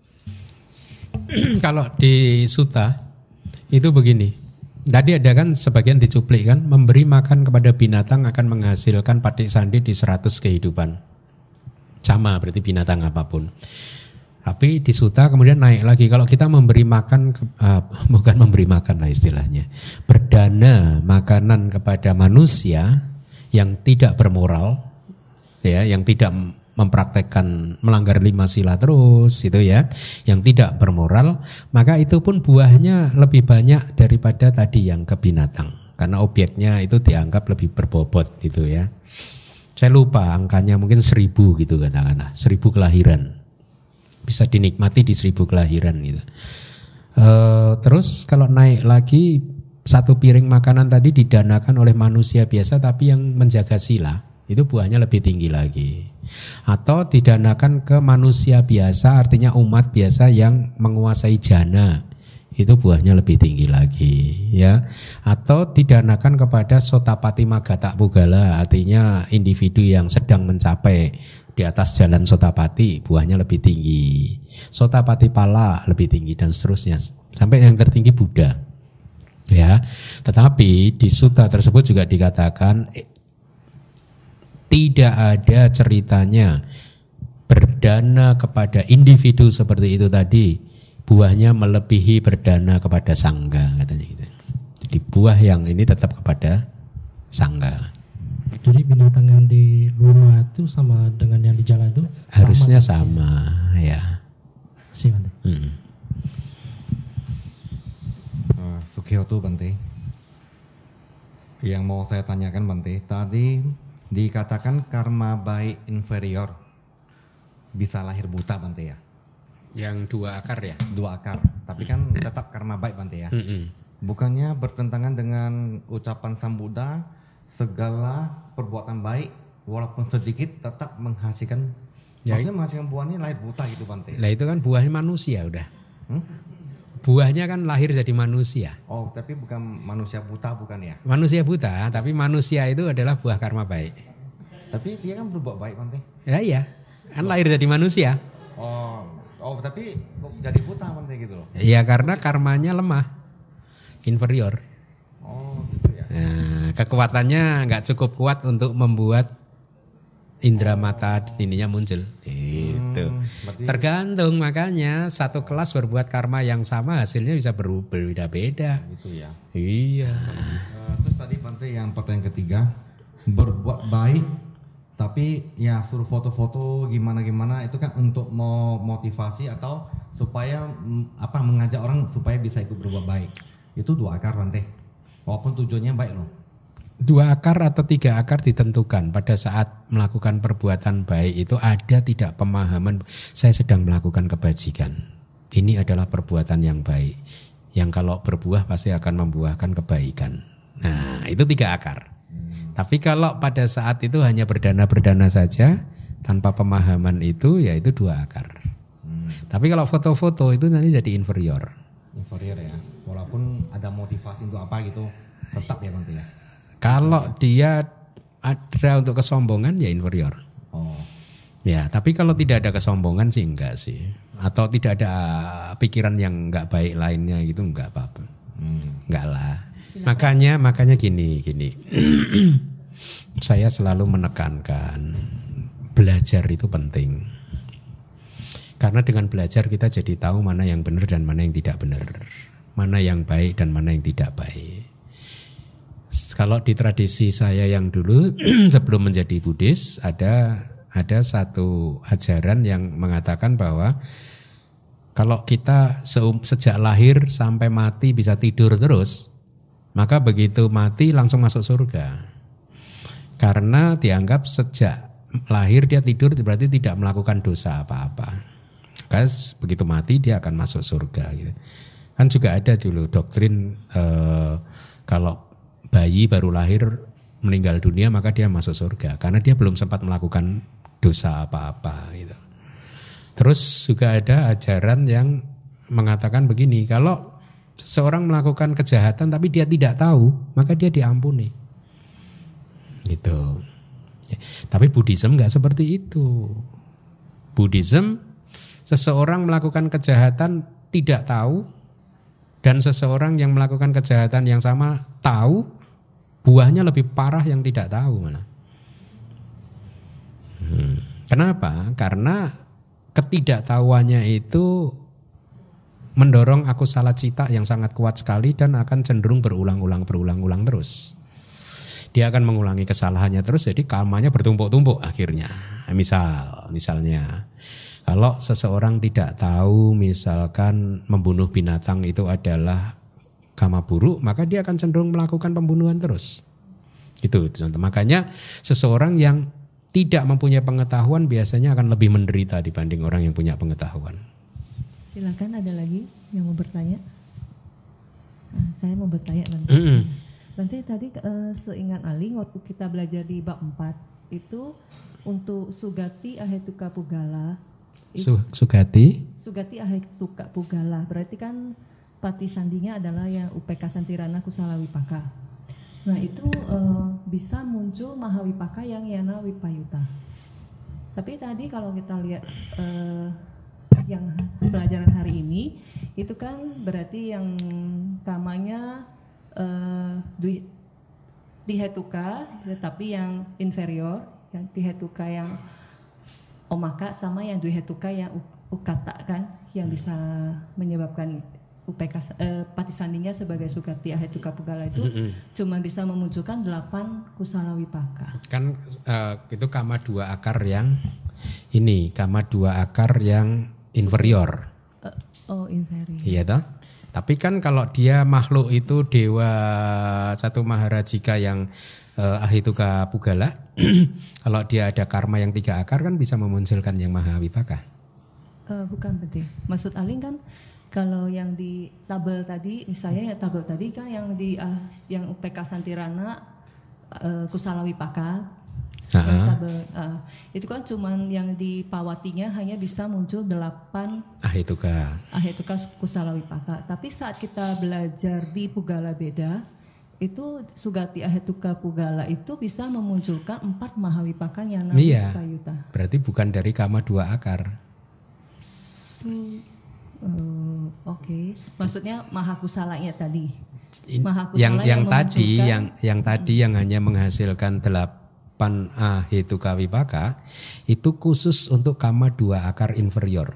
Kalau di Sutta itu begini, tadi ada kan sebagian dicuplik kan, memberi makan kepada binatang akan menghasilkan patik sandi di seratus kehidupan. Sama berarti binatang apapun. Tapi di Sutta kemudian naik lagi, kalau kita memberi makan, uh, bukan memberi makan lah istilahnya, berdana makanan kepada manusia yang tidak bermoral, ya, yang tidak mempraktekkan melanggar lima sila terus, itu ya, yang tidak bermoral, maka itu pun buahnya lebih banyak daripada tadi yang ke binatang, karena objeknya itu dianggap lebih berbobot, gitu ya. Saya lupa angkanya mungkin seribu gitu katakanlah, seribu kelahiran, bisa dinikmati di seribu kelahiran gitu. E, terus kalau naik lagi, satu piring makanan tadi didanakan oleh manusia biasa tapi yang menjaga sila, itu buahnya lebih tinggi lagi. Atau didanakan ke manusia biasa, artinya umat biasa yang menguasai jana, itu buahnya lebih tinggi lagi, ya. Atau didanakan kepada Sotapati Magata Pugala, artinya individu yang sedang mencapai di atas jalan Sotapati, buahnya lebih tinggi. Sotapati Pala lebih tinggi dan seterusnya sampai yang tertinggi Buddha. Ya, tetapi di sutta tersebut juga dikatakan eh, tidak ada ceritanya berdana kepada individu seperti itu tadi buahnya melebihi berdana kepada sangga, katanya gitu. Jadi buah yang ini tetap kepada sangga. Jadi binatang yang di rumah itu sama dengan yang di jalan itu harusnya sama, sama ya. Sih, Bante. Hmm. Sukyoto Bante, yang mau saya tanyakan Bante, tadi dikatakan karma baik inferior bisa lahir buta Bante ya? Yang dua akar ya? Dua akar, tapi kan tetap karma baik Bante ya? Mm-mm. Bukannya bertentangan dengan ucapan Sang Buddha, segala perbuatan baik walaupun sedikit tetap menghasilkan, ya, maksudnya menghasilkan buahnya lahir buta gitu Bante? Lah itu kan buahnya manusia udah. Hmm? Buahnya kan lahir jadi manusia. Oh, tapi bukan manusia buta bukan ya? Manusia buta, tapi manusia itu adalah buah karma baik. Tapi dia kan berbuat baik Bante. Ya iya, kan lahir jadi manusia. Oh, oh tapi jadi buta Bante gitu loh. Iya karena karmanya lemah, inferior. Oh, gitu ya. Nah, kekuatannya nggak cukup kuat untuk membuat indera mata ininya muncul. Itu. Hmm, berarti... Tergantung, makanya satu kelas berbuat karma yang sama hasilnya bisa ber- berbeda-beda. Gitu ya. Iya. Uh, terus tadi Bante yang pertanyaan ketiga, berbuat baik tapi ya suruh foto-foto gimana-gimana itu kan untuk mau motivasi atau supaya apa mengajak orang supaya bisa ikut berbuat baik. itu dua akar Bante. Walaupun tujuannya baik loh. Dua akar atau tiga akar ditentukan pada saat melakukan perbuatan baik itu ada tidak pemahaman saya sedang melakukan kebajikan. Ini adalah perbuatan yang baik. Yang kalau berbuah pasti akan membuahkan kebaikan. Nah itu tiga akar. Hmm. Tapi kalau pada saat itu hanya berdana-berdana saja tanpa pemahaman itu ya itu dua akar. Hmm. Tapi kalau foto-foto itu nanti jadi inferior. Inferior ya. Walaupun ada motivasi untuk apa gitu tetap ya Bante ya. Kalau dia ada untuk kesombongan ya inferior. Oh. Ya, tapi kalau tidak ada kesombongan sih enggak sih. Atau tidak ada pikiran yang enggak baik lainnya gitu enggak apa-apa. Hmm. Enggak lah. Silakan. Makanya makanya gini gini. Saya selalu menekankan belajar itu penting. Karena dengan belajar kita jadi tahu mana yang benar dan mana yang tidak benar. Mana yang baik dan mana yang tidak baik. Kalau di tradisi saya yang dulu sebelum menjadi Buddhis ada ada satu ajaran yang mengatakan bahwa kalau kita se- sejak lahir sampai mati bisa tidur terus, maka begitu mati langsung masuk surga. Karena dianggap sejak lahir dia tidur berarti tidak melakukan dosa apa-apa. Maka begitu mati dia akan masuk surga gitu. Kan juga ada dulu doktrin eh, kalau bayi baru lahir meninggal dunia maka dia masuk surga karena dia belum sempat melakukan dosa apa-apa gitu. Terus juga ada ajaran yang mengatakan begini, kalau seseorang melakukan kejahatan tapi dia tidak tahu maka dia diampuni gitu. Tapi Buddhism nggak seperti itu. Buddhism seseorang melakukan kejahatan tidak tahu dan seseorang yang melakukan kejahatan yang sama tahu, buahnya lebih parah yang tidak tahu mana. Hmm. Kenapa? Karena ketidaktahuannya itu mendorong akusala cita yang sangat kuat sekali dan akan cenderung berulang-ulang berulang-ulang terus. Dia akan mengulangi kesalahannya terus, jadi karmanya bertumpuk-tumpuk akhirnya. Misal, misalnya kalau seseorang tidak tahu misalkan membunuh binatang itu adalah kama buruk, maka dia akan cenderung melakukan pembunuhan terus. Itu contoh. Makanya seseorang yang tidak mempunyai pengetahuan biasanya akan lebih menderita dibanding orang yang punya pengetahuan. Silakan, ada lagi yang mau bertanya? Nah, saya mau bertanya nanti. Mm-hmm. Nanti tadi uh, seingat Ali waktu kita belajar di bab empat itu untuk Sugati Ahetuka Pugala. Su, Sugati? Sugati Ahetuka Pugala. Berarti kan pati sandinya adalah yang Upeka Santirana Kusala Wipaka. Nah itu uh, bisa muncul Mahawipaka yang Yana Wipayuta. Tapi tadi kalau kita lihat uh, yang pelajaran hari ini itu kan berarti yang kamanya uh, di, dihetuka, tetapi yang inferior, yang dihetuka yang omaka sama yang dihetuka yang ukata kan, yang bisa menyebabkan U P K eh, pati sandinya sebagai Sugati Ahetuka Pugala itu mm-hmm. cuma bisa memunculkan delapan kusala wipaka. Kan uh, itu kama dua akar yang ini, kama dua akar yang inferior. Uh, oh inferior. Iya toh? Tapi kan kalau dia makhluk itu dewa satu maharajika yang uh, Ahetuka Pugala, kalau dia ada karma yang tiga akar kan bisa memunculkan yang Mahawipaka. Uh, bukan betul. Maksud Aling kan kalau yang di tabel tadi, misalnya ya tabel tadi kan yang di uh, yang U P K Santirana uh, Kusala Wipaka, uh-huh. tabel, uh, itu kan cuman yang di pawatinya hanya bisa muncul delapan Ahetuka. Ahetuka Kusala Wipaka. Tapi saat kita belajar di Pugala Beda, itu Sugati Ahetuka Pugala itu bisa memunculkan empat Mahawipaka yang iya. Wipayuta. Berarti bukan dari kama dua akar. Su- Uh, Oke, okay. Maksudnya mahakusalanya tadi. Mahakusala yang yang, yang tadi yang yang tadi yang hanya menghasilkan delapan Ahetuka Wipaka itu khusus untuk kama dua akar inferior.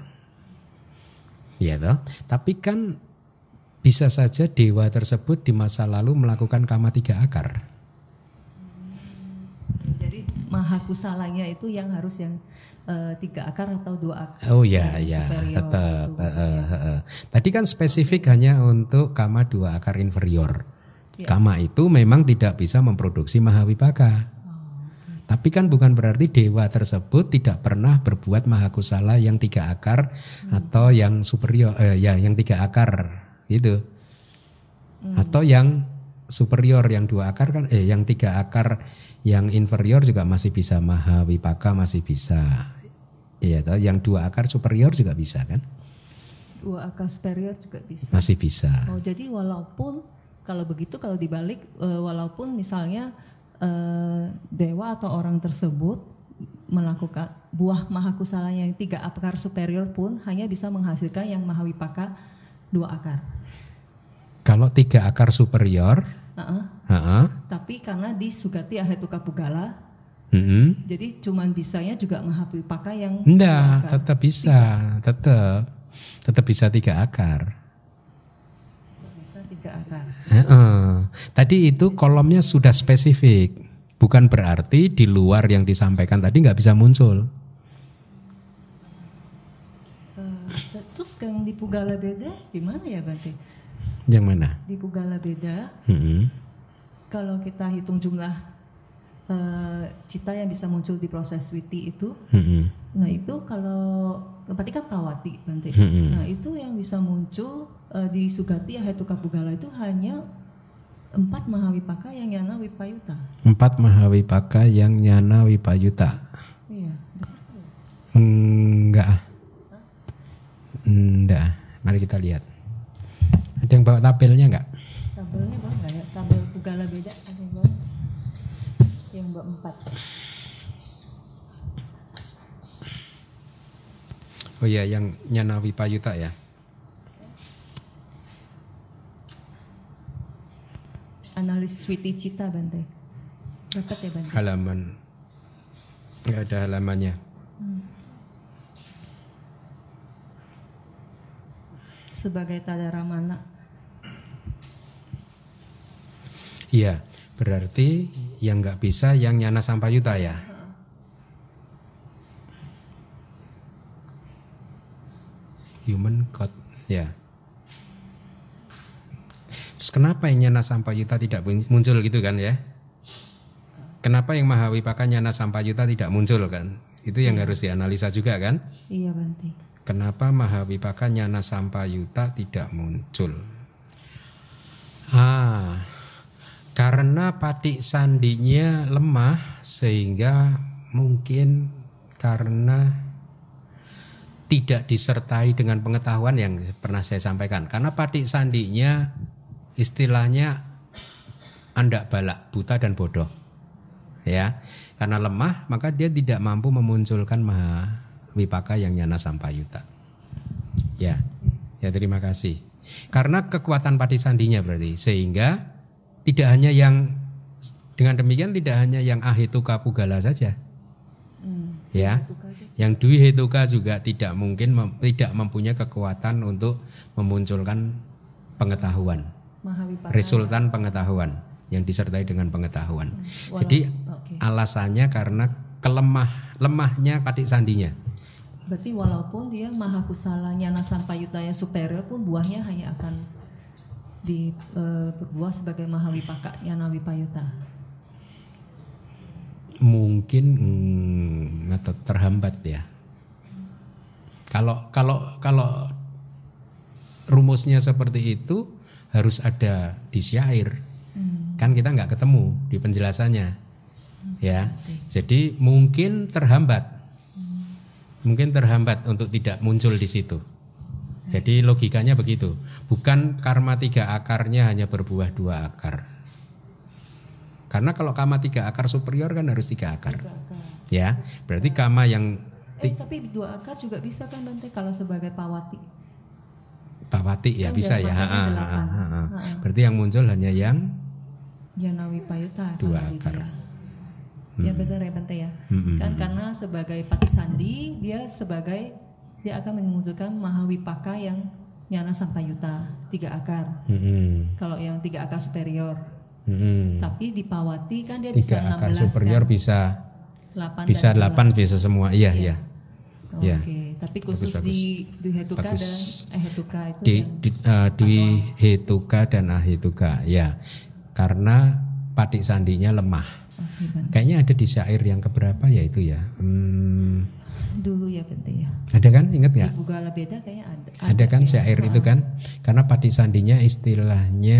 Ya toh? Tapi kan bisa saja dewa tersebut di masa lalu melakukan kama tiga akar. Jadi mahakusalanya itu yang harus yang uh, tiga akar atau dua akar. Oh ya ya tetap. Uh, uh, uh. Tadi kan spesifik hanya untuk kama dua akar inferior. Ya. Kama itu memang tidak bisa memproduksi mahawipaka. Oh, okay. Tapi kan bukan berarti dewa tersebut tidak pernah berbuat mahakusala yang tiga akar hmm. atau yang superior, eh, ya yang tiga akar gitu. Hmm. Atau yang superior yang dua akar kan, eh yang tiga akar yang inferior juga masih bisa mahawipaka, masih bisa. Iya toh, yang dua akar superior juga bisa kan? Dua akar superior juga bisa. Masih bisa. Oh, jadi walaupun kalau begitu kalau dibalik uh, walaupun misalnya uh, dewa atau orang tersebut melakukan buah mahakusala yang tiga akar superior pun hanya bisa menghasilkan yang mahawipaka dua akar. Kalau tiga akar superior, uh-uh. Uh-uh. tapi karena di Sugati Ahetuka Pugala, mm-hmm. jadi cuman bisanya juga mahawipaka yang enggak, tetap bisa, tiga. tetap, tetap bisa tiga akar. Bisa tiga akar. Uh-uh. Tadi itu kolomnya sudah spesifik, bukan berarti di luar yang disampaikan tadi nggak bisa muncul. Uh, terus yang di Pugala beda, gimana ya Bante? Yang mana? Di Pugala beda. Mm-hmm. Kalau kita hitung jumlah uh, cita yang bisa muncul di proses witi itu, mm-hmm. nah itu kalau berarti kan pawati nanti. Mm-hmm. Nah itu yang bisa muncul uh, di Sugati Ahetuka Pugala itu hanya empat mahawipaka yang nyana wipayuta. Empat mahawipaka yang nyana wipayuta. Iya. Enggak. Enggak. Mari kita lihat. Ada yang bawa tabelnya enggak? Tabelnya bawa enggak ya? Tabel Pugala beda ada yang bawa? Yang bawa empat. Oh iya, yang nyana wipayuta ya. Analisis witi cita Bante. Dapat ya Bante? Halaman. Enggak ada halamannya. Hmm. Sebagai tadaramana. Iya, berarti yang nggak bisa yang nyana sampayuta ya. Human God, ya. Terus kenapa yang nyana sampayuta tidak muncul gitu kan ya? Kenapa yang mahawipaka nyana sampayuta tidak muncul kan? Itu yang harus dianalisa juga kan? Iya Bante. Kenapa mahawipaka nyana sampayuta tidak muncul? Ah, karena patik sandinya lemah sehingga mungkin karena tidak disertai dengan pengetahuan yang pernah saya sampaikan. Karena patik sandinya istilahnya andak balak, buta dan bodoh. Ya, karena lemah maka dia tidak mampu memunculkan mahawipaka yang nyana sampayuta. Ya, ya terima kasih. Karena kekuatan patik sandinya berarti sehingga tidak hanya yang dengan demikian tidak hanya yang Ahetuka Pugala saja, hmm, ya, yang Dwi Hetuka juga tidak mungkin mem, tidak mempunyai kekuatan untuk memunculkan pengetahuan, resultan pengetahuan yang disertai dengan pengetahuan. Hmm, walau, Jadi okay. alasannya karena kelemah lemahnya patik sandinya. Berarti walaupun dia mahakusala nyana sampayutaya superior pun buahnya hanya akan di uh, berbuah sebagai mahawipaka nyana wipayuta. Mungkin hmm, atau terhambat ya. Kalau kalau kalau rumusnya seperti itu harus ada di syair. Hmm. Kan kita nggak ketemu di penjelasannya, hmm. ya. Okay. Jadi mungkin terhambat, hmm. mungkin terhambat untuk tidak muncul di situ. Jadi logikanya begitu, bukan karma tiga akarnya hanya berbuah dua akar. Karena kalau kama tiga akar superior kan harus tiga akar, tiga akar. Ya, berarti kama yang eh tapi dua akar juga bisa kan Bante kalau sebagai pawati. Pawati ya kan bisa ya. Ha, ha, ha, ha, ha. Berarti yang muncul hanya yang Nyana Wipayuta dua akar. Hmm. Ya benar ya Bante ya. Hmm. Kan karena sebagai pati sandi dia sebagai dia akan memunculkan mahawipaka yang nyana sampayuta tiga akar. Mm-hmm. Kalau yang tiga akar superior. Mm-hmm. Tapi di pawati kan dia tiga bisa enam belas akar superior kan? Bisa delapan bisa dan delapan bisa semua. Iya, iya. Oke, Ya. tapi khusus Bagus, di di Hetuka Bagus. dan eh Hetuka itu Di yang di, eh, di Hetuka dan Ahetuka, ya. Karena patik sandinya lemah. Oke, Bante. Kayaknya ada di syair yang keberapa ya itu ya. Hmm, Dulu ya Bante ya. ada kan? Ingat nggak? Di Bugala Beda kayaknya ada. Ada kan ya. syair itu kan? Karena patik sandinya istilahnya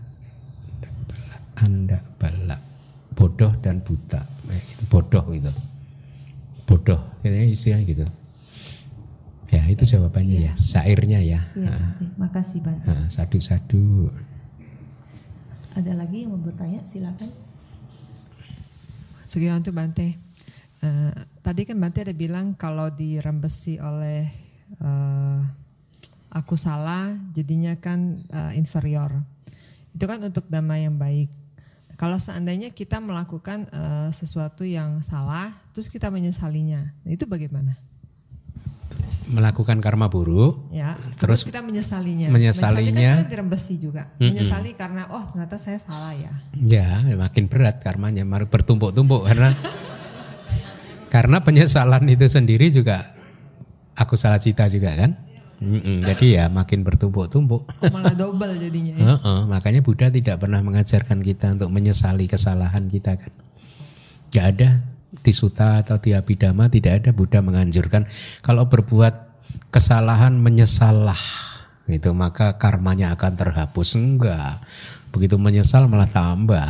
anda balak, bodoh dan buta. Eh, itu bodoh gitu. Bodoh, kayaknya istilahnya gitu. Ya itu jawabannya ya, syairnya ya. Iya, Nah, Bante. Makasih Bante. nah, sadu-sadu. Ada lagi yang mau bertanya? Silakan. Sugiwanto Bante, uh, tadi kan Bante ada bilang kalau dirembesi oleh uh, aku salah, jadinya kan uh, inferior. Itu kan untuk dhamma yang baik. Kalau seandainya kita melakukan uh, sesuatu yang salah, terus kita menyesalinya, nah itu bagaimana? Melakukan karma buruk, Ya, terus terus kita menyesalinya. menyesalinya. Menyesalinya kan dirembesi juga. Mm-mm. Menyesali karena oh ternyata saya salah ya. Ya, makin berat karmanya, makin bertumpuk-tumpuk karena karena penyesalan itu sendiri juga aku salah cita juga kan. Mm-mm, jadi ya makin bertumpuk-tumpuk. Oh, malah double jadinya ya. Heeh, makanya Buddha tidak pernah mengajarkan kita untuk menyesali kesalahan kita kan. Gak ada di Sutta atau di Abhidhamma tidak ada Buddha menganjurkan kalau berbuat kesalahan menyesallah gitu maka karmanya akan terhapus. Enggak. Begitu menyesal malah tambah.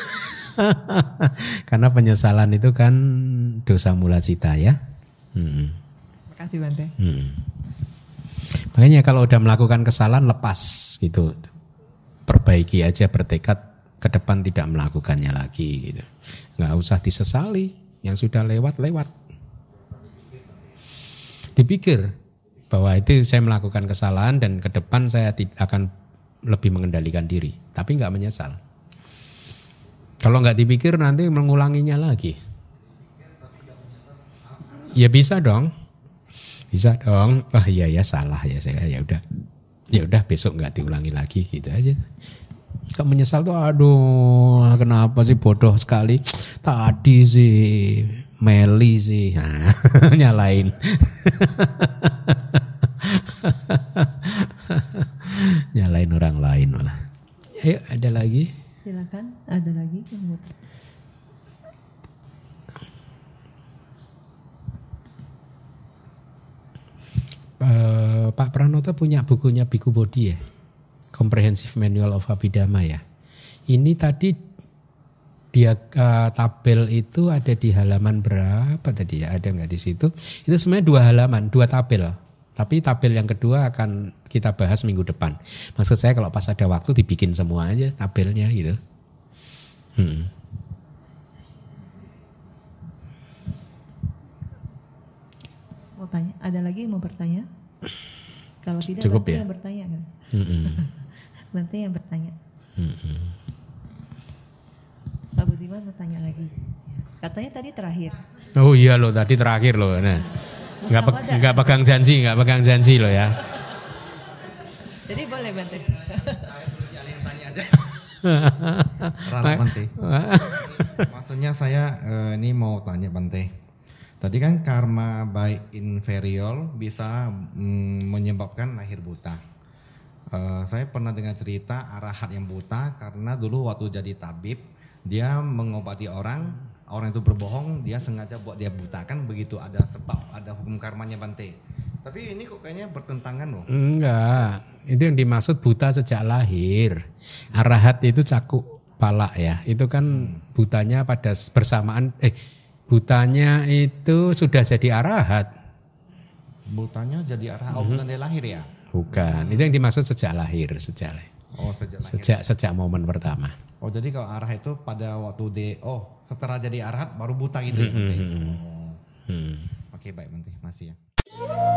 Karena penyesalan itu kan dosa mula cita ya. Hmm. Makasih Bante. Hmm. Makanya kalau udah melakukan kesalahan lepas gitu. Perbaiki aja, bertekad ke depan tidak melakukannya lagi gitu. Nggak usah disesali, yang sudah lewat lewat. Dipikir bahwa itu saya melakukan kesalahan dan ke depan saya akan lebih mengendalikan diri, tapi nggak menyesal. Kalau nggak dipikir nanti mengulanginya lagi. Ya bisa dong, bisa dong. Wah iya ya salah ya saya ya udah, ya udah besok nggak diulangi lagi gitu aja. Kok menyesal tuh aduh kenapa sih bodoh sekali tadi sih Meli sih nah, nyalain. Nyalain orang lain malah. Ayo ada lagi? Silakan. Ada lagi yang mau? Uh, Pak Pranoto punya bukunya Biku Bodhi ya? Comprehensive Manual of Abhidhamma ya. Ini tadi dia uh, tabel itu ada di halaman berapa tadi ya? Ada nggak di situ? Itu sebenarnya dua halaman, dua tabel. Tapi tabel yang kedua akan kita bahas minggu depan. Maksud saya kalau pas ada waktu dibikin semua aja tabelnya gitu. Hmm. Mau tanya? Ada lagi yang mau bertanya? Kalau tidak, Cukup Bante ya? yang bertanya kan? Hmm. Bante yang bertanya. Hmm. Pak Budiman bertanya lagi. Katanya tadi terakhir. Oh iya loh tadi terakhir loh. Nah, nggak pe- nggak pegang janji, nggak pegang janji loh ya. Jadi boleh Bante. Ralat Bante. Maksudnya saya eh, ini mau tanya Bante. Tadi kan karma baik inferior bisa mm, menyebabkan lahir buta. Uh, saya pernah dengar cerita arahat yang buta karena dulu waktu jadi tabib dia mengobati orang, orang itu berbohong, dia sengaja buat dia buta kan begitu ada sebab, ada hukum karmanya Bante. Tapi ini kok kayaknya bertentangan loh. Enggak, itu yang dimaksud buta sejak lahir. Arahat itu cakup pala ya, itu kan butanya pada bersamaan, eh butanya itu sudah jadi arahat. Butanya jadi arahat, oh bukan dia lahir ya? Bukan, itu yang dimaksud sejak lahir, sejak lahir. Oh sejak lahir. Sejak sejak momen pertama. Oh jadi kalau arahat itu pada waktu de, oh setelah jadi arahat baru buta gitu ya Bante? Hmm. Oh. Hmm. Oke baik Bante, masih ya.